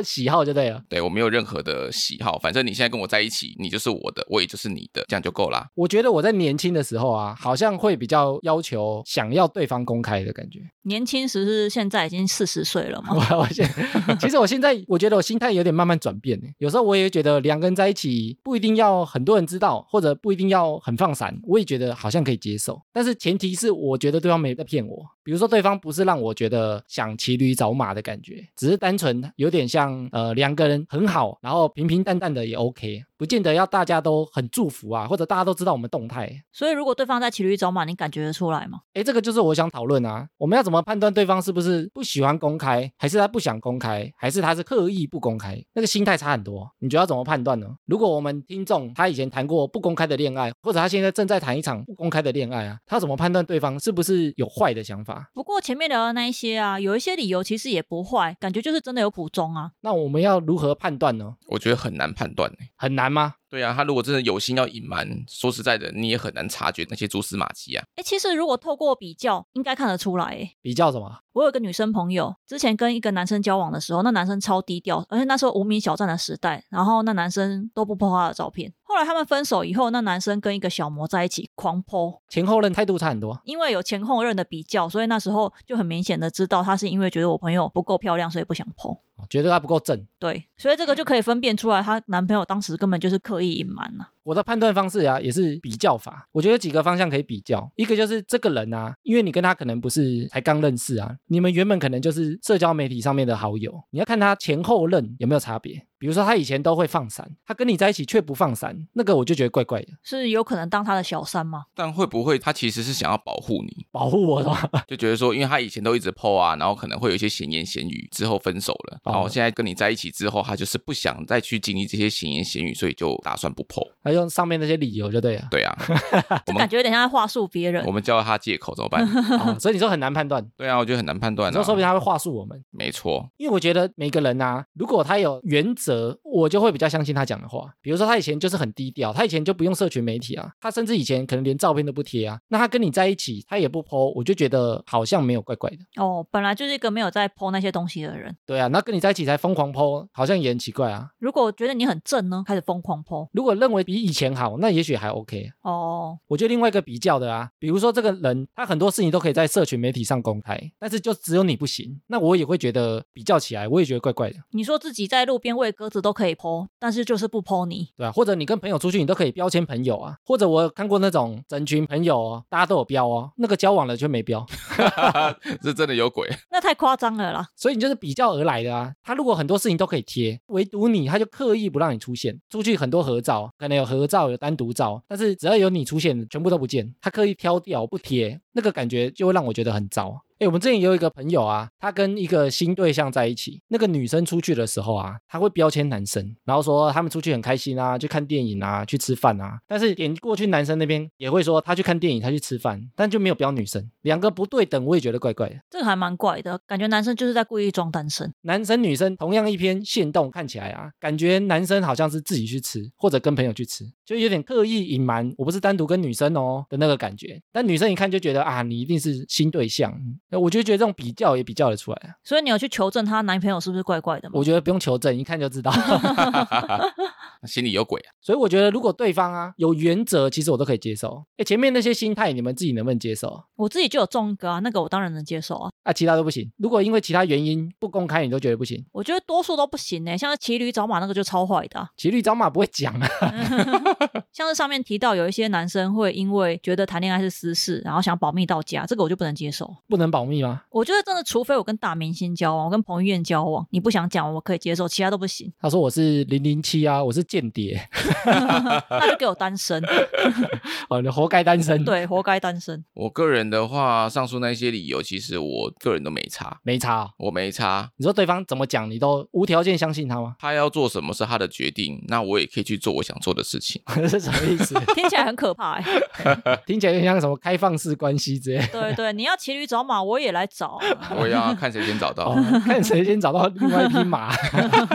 [SPEAKER 3] 好就对了。
[SPEAKER 1] 对，我没有任何的喜好，反正你现在跟我在一起，你就是我的，我也就是你的，这样就够啦。
[SPEAKER 3] 我觉得我在年轻的时候啊，好像会比较要求想要对方公开的感觉。
[SPEAKER 2] 年轻时是现在已经四十岁了嘛？
[SPEAKER 3] 我我现其实我现在我觉得我心态有点慢慢转变，有时候我也觉得两个人在一起不一定要很多人知道，或者不一定要很放闪，我也觉得好像可以接受，但是前提是我觉得对方没在骗我，比如说对方不是让我觉得想骑驴找马的感觉，只是单纯有点像呃两个人很好，然后平平淡淡的也 OK， 不见得要大家都很祝福啊，或者大家都知道我们动态。
[SPEAKER 2] 所以如果对方在骑驴找马，你感觉得出来吗？
[SPEAKER 3] 诶，这个就是我想讨论啊，我们要怎么判断对方是不是不喜欢公开，还是他不想公开，还是他是刻意不公开，那个心态差很多，你觉得要怎么判断呢？如果我们听众他以前谈过不公开的恋爱，或者他现在正在谈一场不公开的恋爱啊，他怎么判断对方是不是有坏的想法？
[SPEAKER 2] 不过前面聊的那一些啊，有一些理由其实也不坏，感觉就是真的有苦衷啊。
[SPEAKER 3] 那我们要如何判断呢？
[SPEAKER 1] 我觉得很难判断、欸、
[SPEAKER 3] 很难吗？
[SPEAKER 1] 对啊，他如果真的有心要隐瞒，说实在的，你也很难察觉那些蛛丝马迹啊。
[SPEAKER 2] 哎，其实如果透过比较，应该看得出来。哎，
[SPEAKER 3] 比较什么？
[SPEAKER 2] 我有一个女生朋友，之前跟一个男生交往的时候，那男生超低调，而且那时候无名小站的时代，然后那男生都不po他的照片。后来他们分手以后，那男生跟一个小模在一起狂po，
[SPEAKER 3] 前后任态度差很多。
[SPEAKER 2] 因为有前后任的比较，所以那时候就很明显的知道他是因为觉得我朋友不够漂亮，所以不想po，
[SPEAKER 3] 觉得他不够正。
[SPEAKER 2] 对，所以这个就可以分辨出来，她男朋友当时根本就是刻意隐瞒了。
[SPEAKER 3] 我的判断方式啊，也是比较法。我觉得有几个方向可以比较，一个就是这个人啊，因为你跟他可能不是才刚认识啊，你们原本可能就是社交媒体上面的好友，你要看他前后任有没有差别。比如说他以前都会放闪，他跟你在一起却不放闪，那个我就觉得怪怪的。
[SPEAKER 2] 是有可能当他的小三吗？
[SPEAKER 1] 但会不会他其实是想要保护你，
[SPEAKER 3] 保护我的吗？
[SPEAKER 1] 就觉得说因为他以前都一直 po 啊，然后可能会有一些闲言闲语，之后分手了，然后现在跟你在一起之后，他就是不想再去经历这些闲言闲语，所以就打算不 po，
[SPEAKER 3] 他用上面那些理由就对了。
[SPEAKER 1] 对啊
[SPEAKER 2] 这感觉有点像在话术别人，
[SPEAKER 1] 我们叫他借口怎么办
[SPEAKER 3] 哦，所以你说很难判断。
[SPEAKER 1] 对啊，我觉得很难判断啊，
[SPEAKER 3] 说说不定他会话术我们。
[SPEAKER 1] 没错，
[SPEAKER 3] 因为我觉得每个人啊，如果他有原则，我就会比较相信他讲的话。比如说他以前就是很低调，他以前就不用社群媒体啊，他甚至以前可能连照片都不贴啊，那他跟你在一起他也不 po， 我就觉得好像没有怪怪的。
[SPEAKER 2] 哦，本来就是一个没有在 po 那些东西的人。
[SPEAKER 3] 对啊，那跟你在一起才疯狂 po， 好像也很奇怪啊。
[SPEAKER 2] 如果觉得你很正呢，开始疯狂 po，
[SPEAKER 3] 如果认为比以前好，那也许还 OK。
[SPEAKER 2] 哦，
[SPEAKER 3] 我觉得另外一个比较的啊，比如说这个人他很多事情都可以在社群媒体上公开，但是就只有你不行，那我也会觉得比较起来我也觉得怪怪的。
[SPEAKER 2] 你说自己在路边喂鸽子都可以 po， 但是就是不 po 你，
[SPEAKER 3] 对啊，或者你跟朋友出去你都可以标签朋友啊，或者我有看过那种整群朋友哦，大家都有标哦，那个交往了却没标
[SPEAKER 1] 这真的有鬼，
[SPEAKER 2] 那太夸张了啦。
[SPEAKER 3] 所以你就是比较而来的啊。他如果很多事情都可以贴，唯独你他就刻意不让你出现，出去很多合照，可能有合照有单独照，但是只要有你出现全部都不见，他刻意挑掉不贴，那个感觉就会让我觉得很糟。哎，我们之前也有一个朋友啊，他跟一个新对象在一起，那个女生出去的时候啊，他会标签男生，然后说他们出去很开心啊，去看电影啊，去吃饭啊，但是点过去男生那边也会说他去看电影，他去吃饭，但就没有标女生，两个不对等，我也觉得怪怪的。
[SPEAKER 2] 这个还蛮怪的，感觉男生就是在故意装单身。
[SPEAKER 3] 男生女生同样一篇限动看起来啊，感觉男生好像是自己去吃，或者跟朋友去吃，就有点刻意隐瞒我不是单独跟女生哦的那个感觉，但女生一看就觉得啊，你一定是新对象，我就觉得这种比较也比较得出来啊。
[SPEAKER 2] 所以你有去求证她男朋友是不是怪怪的吗？
[SPEAKER 3] 我觉得不用求证，一看就知道
[SPEAKER 1] 心里有鬼啊。
[SPEAKER 3] 所以我觉得如果对方啊有原则，其实我都可以接受。哎，前面那些心态你们自己能不能接受？
[SPEAKER 2] 我自己就有中一个啊，那个我当然能接受啊。
[SPEAKER 3] 啊，其他都不行。如果因为其他原因不公开，你都觉得不行？
[SPEAKER 2] 我觉得多数都不行欸，像是骑驴找马那个就超坏的啊。
[SPEAKER 3] 骑驴找马不会讲啊
[SPEAKER 2] 像是上面提到有一些男生会因为觉得谈恋爱是私事，然后想保密到家，这个我就不能接受。
[SPEAKER 3] 不能保密吗？
[SPEAKER 2] 我觉得真的除非我跟大明星交往，我跟彭于晏交往，你不想讲我可以接受，其他都不行。
[SPEAKER 3] 他说我是零零七啊，我是间谍
[SPEAKER 2] 那就给我单身
[SPEAKER 3] 哦，你活该单身。
[SPEAKER 2] 对，活该单身。
[SPEAKER 1] 我个人的话，上述那些理由，其实我个人都没差，
[SPEAKER 3] 没差哦。
[SPEAKER 1] 我没差。
[SPEAKER 3] 你说对方怎么讲，你都无条件相信他吗？
[SPEAKER 1] 他要做什么是他的决定，那我也可以去做我想做的事情。
[SPEAKER 3] 这是什么意思？
[SPEAKER 2] 听起来很可怕欸
[SPEAKER 3] 听起来有点像什么开放式关系之类的。
[SPEAKER 2] 对对，你要骑驴找马，我也来找。
[SPEAKER 1] 我要看谁先找到、
[SPEAKER 3] 哦、看谁先找到另外一匹马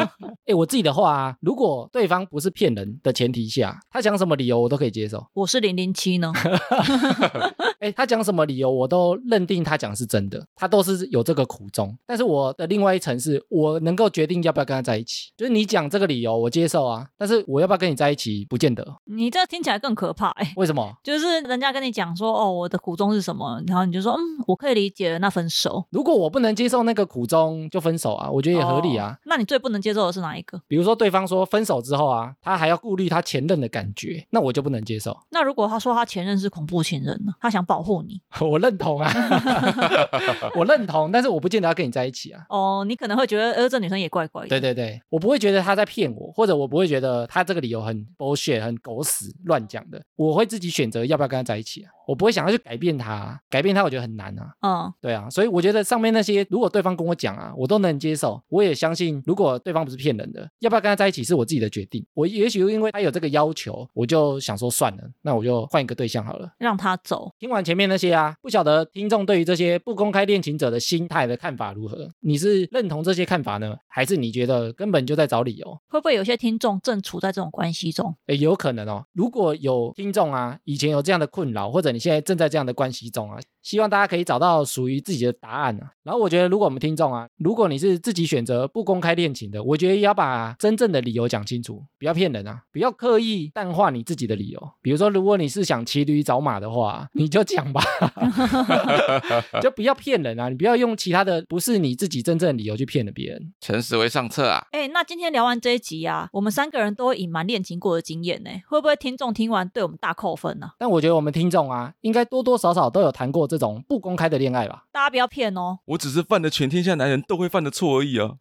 [SPEAKER 3] 哎，我自己的话啊，如果对方不是骗人的前提下，他讲什么理由我都可以接受。
[SPEAKER 2] 我是零零七呢。
[SPEAKER 3] 哎，他讲什么理由我都认定他讲是真的，他都是有这个苦衷。但是我的另外一层是我能够决定要不要跟他在一起，就是你讲这个理由我接受啊，但是我要不要跟你在一起不见得。
[SPEAKER 2] 你这听起来更可怕哎、欸！
[SPEAKER 3] 为什么？
[SPEAKER 2] 就是人家跟你讲说哦我的苦衷是什么，然后你就说嗯我可以理解，那分手。
[SPEAKER 3] 如果我不能接受那个苦衷就分手啊，我觉得也合理啊、哦。
[SPEAKER 2] 那你最不能接受的是哪一个？
[SPEAKER 3] 比如说对方说分手之后啊，他还要顾虑他前任的感觉，那我就不能接受。
[SPEAKER 2] 那如果他说他前任是恐怖情人呢？他想保护你。
[SPEAKER 3] 我认同啊。我认同，但是我不见得要跟你在一起啊。
[SPEAKER 2] 哦，你可能会觉得呃这女生也怪怪的。
[SPEAKER 3] 对对对，我不会觉得他在骗我，或者我不会觉得他这个理由很 bullshit 很狗屎乱讲的，我会自己选择要不要跟他在一起啊。我不会想要去改变他、啊、改变他我觉得很难啊。
[SPEAKER 2] 嗯，
[SPEAKER 3] 对啊，所以我觉得上面那些如果对方跟我讲啊，我都能接受。我也相信如果对方不是骗人的，要不要跟他在一起是我自己的决定。我也许因为他有这个要求，我就想说算了，那我就换一个对象好了，
[SPEAKER 2] 让他走。
[SPEAKER 3] 听完前面那些啊，不晓得听众对于这些不公开恋情者的心态的看法如何？你是认同这些看法呢，还是你觉得根本就在找理由？
[SPEAKER 2] 会不会有些听众正处在这种关系中？
[SPEAKER 3] 诶，有可能哦。如果有听众啊，以前有这样的困扰，或者你现在正在这样的关系中啊，希望大家可以找到属于自己的答案啊。然后我觉得如果我们听众啊，如果你是自己选择不公开恋情的，我觉得要把真正的理由讲清楚，不要骗人啊，不要刻意淡化你自己的理由。比如说如果你是想骑驴找马的话，你就讲吧。就不要骗人啊，你不要用其他的不是你自己真正的理由去骗了别人。
[SPEAKER 1] 诚实为上策啊。
[SPEAKER 2] 哎、欸，那今天聊完这一集啊，我们三个人都会隐瞒恋情过的经验呢，会不会听众听完对我们大扣分呢、啊？
[SPEAKER 3] 但我觉得我们听众啊，应该多多少少都有谈过这种不公开的恋爱吧。
[SPEAKER 2] 大家不要骗哦，
[SPEAKER 1] 我只是犯了全天下男人都会犯的错而已啊。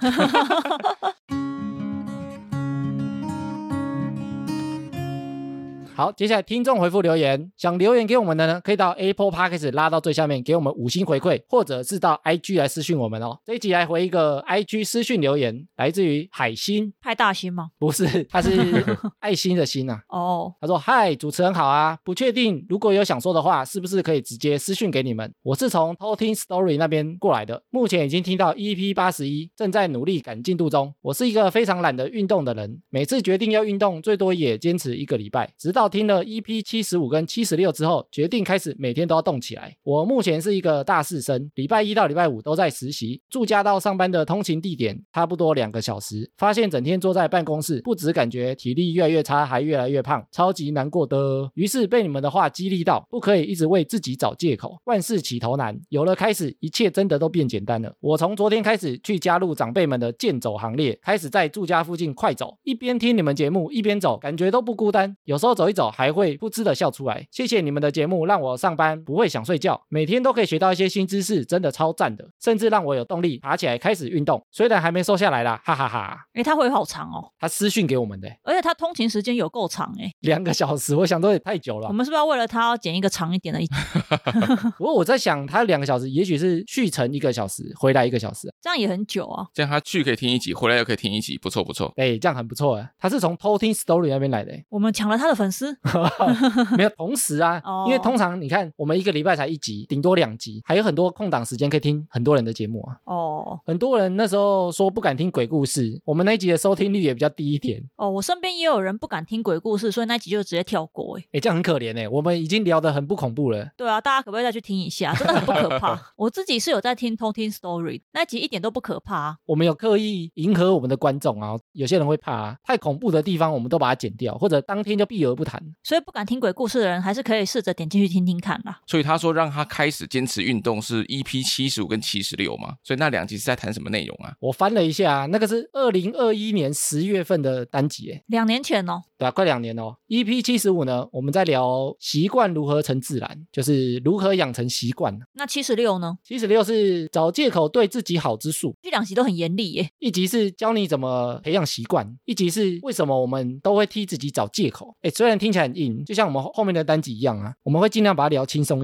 [SPEAKER 3] 好，接下来听众回复留言，想留言给我们的呢，可以到 Apple Podcast 拉到最下面给我们五星回馈，或者是到 I G 来私讯我们哦。这一集来回一个 I G 私讯留言，来自于海星，
[SPEAKER 2] 派大星吗？
[SPEAKER 3] 不是，他是爱心的心啊。
[SPEAKER 2] 哦，
[SPEAKER 3] 他说嗨，主持人好啊，不确定如果有想说的话，是不是可以直接私讯给你们？我是从偷听 Story 那边过来的，目前已经听到 E P 八十一，正在努力赶进度中。我是一个非常懒得运动的人，每次决定要运动，最多也坚持一个礼拜，直到听了 E P 七十五跟七十六之后，决定开始每天都要动起来。我目前是一个大四生，礼拜一到礼拜五都在实习，住家到上班的通勤地点差不多两个小时，发现整天坐在办公室，不只感觉体力越来越差，还越来越胖，超级难过的。于是被你们的话激励到，不可以一直为自己找借口，万事起头难，有了开始，一切真的都变简单了。我从昨天开始去加入长辈们的健走行列，开始在住家附近快走，一边听你们节目一边走，感觉都不孤单，有时候走一走还会不知的笑出来。谢谢你们的节目，让我上班不会想睡觉，每天都可以学到一些新知识，真的超赞的，甚至让我有动力爬起来开始运动，虽然还没瘦下来啦，哈哈哈。
[SPEAKER 2] 哎、欸，他回好长哦，
[SPEAKER 3] 他私讯给我们的，
[SPEAKER 2] 而且他通勤时间有够长哎，
[SPEAKER 3] 两个小时，我想都也太久了。
[SPEAKER 2] 我们是不是要为了他要剪一个长一点的一集？
[SPEAKER 3] 不过我在想，他两个小时，也许是去程一个小时，回来一个小时，
[SPEAKER 2] 这样也很久啊。
[SPEAKER 1] 这样他去可以听一集，回来又可以听一集，不错不错。
[SPEAKER 3] 哎、欸，这样很不错哎。他是从偷听 Story 那边来的，
[SPEAKER 2] 我们抢了他的粉丝。
[SPEAKER 3] 没有，同时啊，哦、因为通常你看，我们一个礼拜才一集，顶多两集，还有很多空档时间可以听很多人的节目啊。
[SPEAKER 2] 哦，
[SPEAKER 3] 很多人那时候说不敢听鬼故事，我们那一集的收听率也比较低一点。
[SPEAKER 2] 哦，我身边也有人不敢听鬼故事，所以那一集就直接跳过。哎，
[SPEAKER 3] 哎，这样很可怜哎，我们已经聊得很不恐怖了。
[SPEAKER 2] 对啊，大家可不可以再去听一下？真的很不可怕。我自己是有在听偷听 Story， 那一集一点都不可怕、啊。
[SPEAKER 3] 我们有刻意迎合我们的观众啊，有些人会怕、啊、太恐怖的地方，我们都把它剪掉，或者当天就避而不谈。
[SPEAKER 2] 所以不敢听鬼故事的人，还是可以试着点进去听听看啦。
[SPEAKER 1] 所以他说让他开始坚持运动是 E P 七十五跟七十六嘛，所以那两集是在谈什么内容啊？
[SPEAKER 3] 我翻了一下，那个是二零二一年十月份的单集耶，
[SPEAKER 2] 两年前哦。
[SPEAKER 3] 对啊，快两年哦。E P 七十五呢，我们在聊习惯如何成自然，就是如何养成习惯。
[SPEAKER 2] 那七十六呢？
[SPEAKER 3] 七十六是找借口对自己好之术。
[SPEAKER 2] 这两集都很严厉耶，
[SPEAKER 3] 一集是教你怎么培养习惯，一集是为什么我们都会替自己找借口。诶，虽然听起来很硬，就像我们后面的单集一样啊，我们会尽量把它聊轻松一点，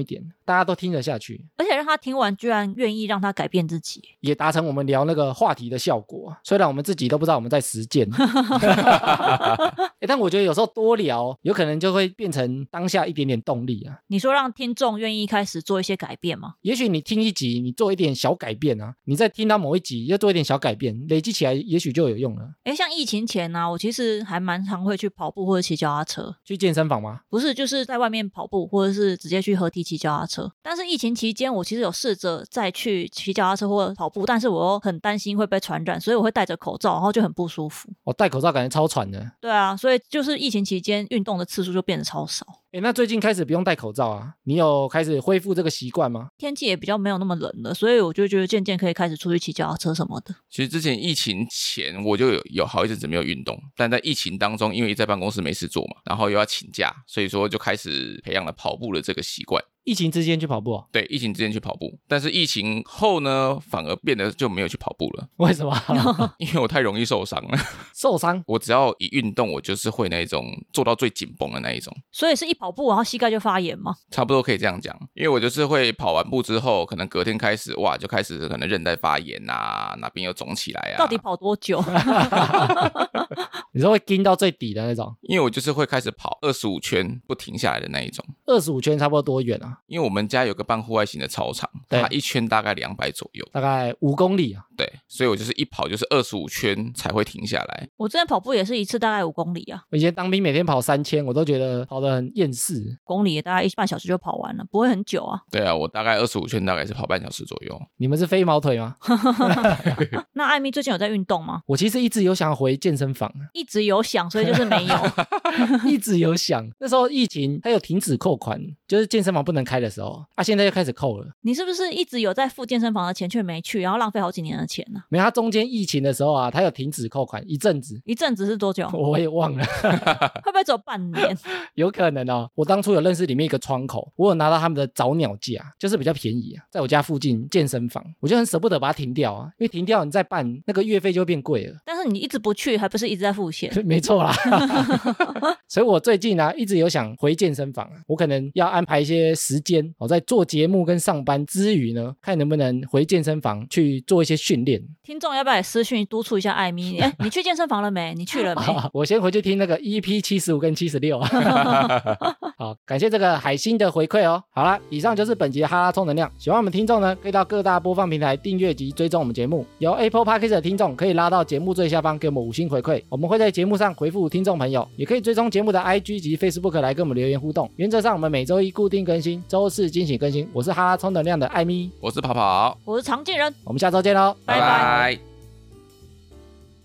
[SPEAKER 3] 大家都听得下去，
[SPEAKER 2] 而且让他听完居然愿意让他改变自己，
[SPEAKER 3] 也达成我们聊那个话题的效果。虽然我们自己都不知道我们在实践欸，但我觉得有时候多聊有可能就会变成当下一点点动力啊。
[SPEAKER 2] 你说让听众愿意开始做一些改变吗？
[SPEAKER 3] 也许你听一集你做一点小改变啊，你再听到某一集又做一点小改变，累积起来也许就有用了。
[SPEAKER 2] 诶，像疫情前啊，我其实还蛮常会去跑步或者骑脚踏车。
[SPEAKER 3] 去健身房吗？
[SPEAKER 2] 不是，就是在外面跑步或者是直接去河堤骑脚踏车。但是疫情期间我其实有试着再去骑脚踏车或者跑步，但是我又很担心会被传染，所以我会戴着口罩，然后就很不舒服。
[SPEAKER 3] 哦，戴口罩感觉超喘的。
[SPEAKER 2] 对啊，所以就是疫情期间运动的次数就变得超少。
[SPEAKER 3] 诶，那最近开始不用戴口罩啊，你有开始恢复这个习惯吗？
[SPEAKER 2] 天气也比较没有那么冷了，所以我就觉得渐渐可以开始出去骑脚踏车什么的。
[SPEAKER 1] 其实之前疫情前我就有有好一阵子没有运动，但在疫情当中，因为在办公室没事做嘛，然后又要请假，所以说就开始培养了跑步的这个习惯。
[SPEAKER 3] 疫情之间去跑步哦？
[SPEAKER 1] 对，疫情之间去跑步，但是疫情后呢，反而变得就没有去跑步了。
[SPEAKER 3] 为什么？
[SPEAKER 1] 因为我太容易受伤了。
[SPEAKER 3] 受伤？
[SPEAKER 1] 我只要一运动，我就是会那种做到最紧绷的那一种。
[SPEAKER 2] 所以是一跑步然后膝盖就发炎吗？
[SPEAKER 1] 差不多可以这样讲，因为我就是会跑完步之后，可能隔天开始哇，就开始可能韧带发炎啊，哪边又肿起来啊。
[SPEAKER 2] 到底跑多久？
[SPEAKER 3] 你说会盯到最底的那种？
[SPEAKER 1] 因为我就是会开始跑二十五圈不停下来的那一种。
[SPEAKER 3] 二十五圈差不多多远啊？
[SPEAKER 1] 因为我们家有个半户外型的操场，它一圈大概两百左右，
[SPEAKER 3] 大概五公里啊。
[SPEAKER 1] 对，所以我就是一跑就是二十五圈才会停下来。
[SPEAKER 2] 我之前跑步也是一次大概五公里啊。
[SPEAKER 3] 我以前当兵每天跑三千，我都觉得跑得很厌世。
[SPEAKER 2] 公里也大概一半小时就跑完了，不会很久啊。
[SPEAKER 1] 对啊，我大概二十五圈大概是跑半小时左右。
[SPEAKER 3] 你们是飞毛腿吗？
[SPEAKER 2] 那艾米最近有在运动吗？
[SPEAKER 3] 我其实一直有想回健身房，
[SPEAKER 2] 一直有想，所以就是没有。
[SPEAKER 3] 一直有想，那时候疫情它有停止扣款，就是健身房不能开的时候啊，现在又开始扣了。
[SPEAKER 2] 你是不是一直有在付健身房的钱却没去，然后浪费好几年的钱呢、啊？
[SPEAKER 3] 没有，它中间疫情的时候啊，它有停止扣款一阵子。
[SPEAKER 2] 一阵子是多久？
[SPEAKER 3] 我也忘了。
[SPEAKER 2] 会不会只有半年？
[SPEAKER 3] 有可能哦。我当初有认识里面一个窗口，我有拿到他们的早鸟价，就是比较便宜啊，在我家附近健身房，我就很舍不得把它停掉啊，因为停掉你再办那个月费就会变贵了。
[SPEAKER 2] 但是你一直不去，还不是一直在付钱？
[SPEAKER 3] 没错啦。所以我最近啊一直有想回健身房，我可能要安排一些时间，我在做节目跟上班之余呢，看能不能回健身房去做一些训练。
[SPEAKER 2] 听众要不要也私讯督促一下艾米？哎，你去健身房了没？你去了没？
[SPEAKER 3] 我先回去听那个 E P 七十五跟七十六。好，感谢这个海星的回馈哦。好了，以上就是本集的哈拉充能量。喜欢我们听众呢，可以到各大播放平台订阅及追踪我们节目。有 Apple Podcast 的听众可以拉到节目最下方给我们五星回馈，我们会在节目上回复听众朋友。也可以追踪节目的 I G 及 Facebook 来跟我们留言互动。原则上我们每周一固定更新，周四惊喜更新。我是哈拉充能量的艾咪，
[SPEAKER 1] 我是跑跑，
[SPEAKER 2] 我是常见人，
[SPEAKER 3] 我们下周见喽，
[SPEAKER 2] 拜拜。
[SPEAKER 1] 拜拜。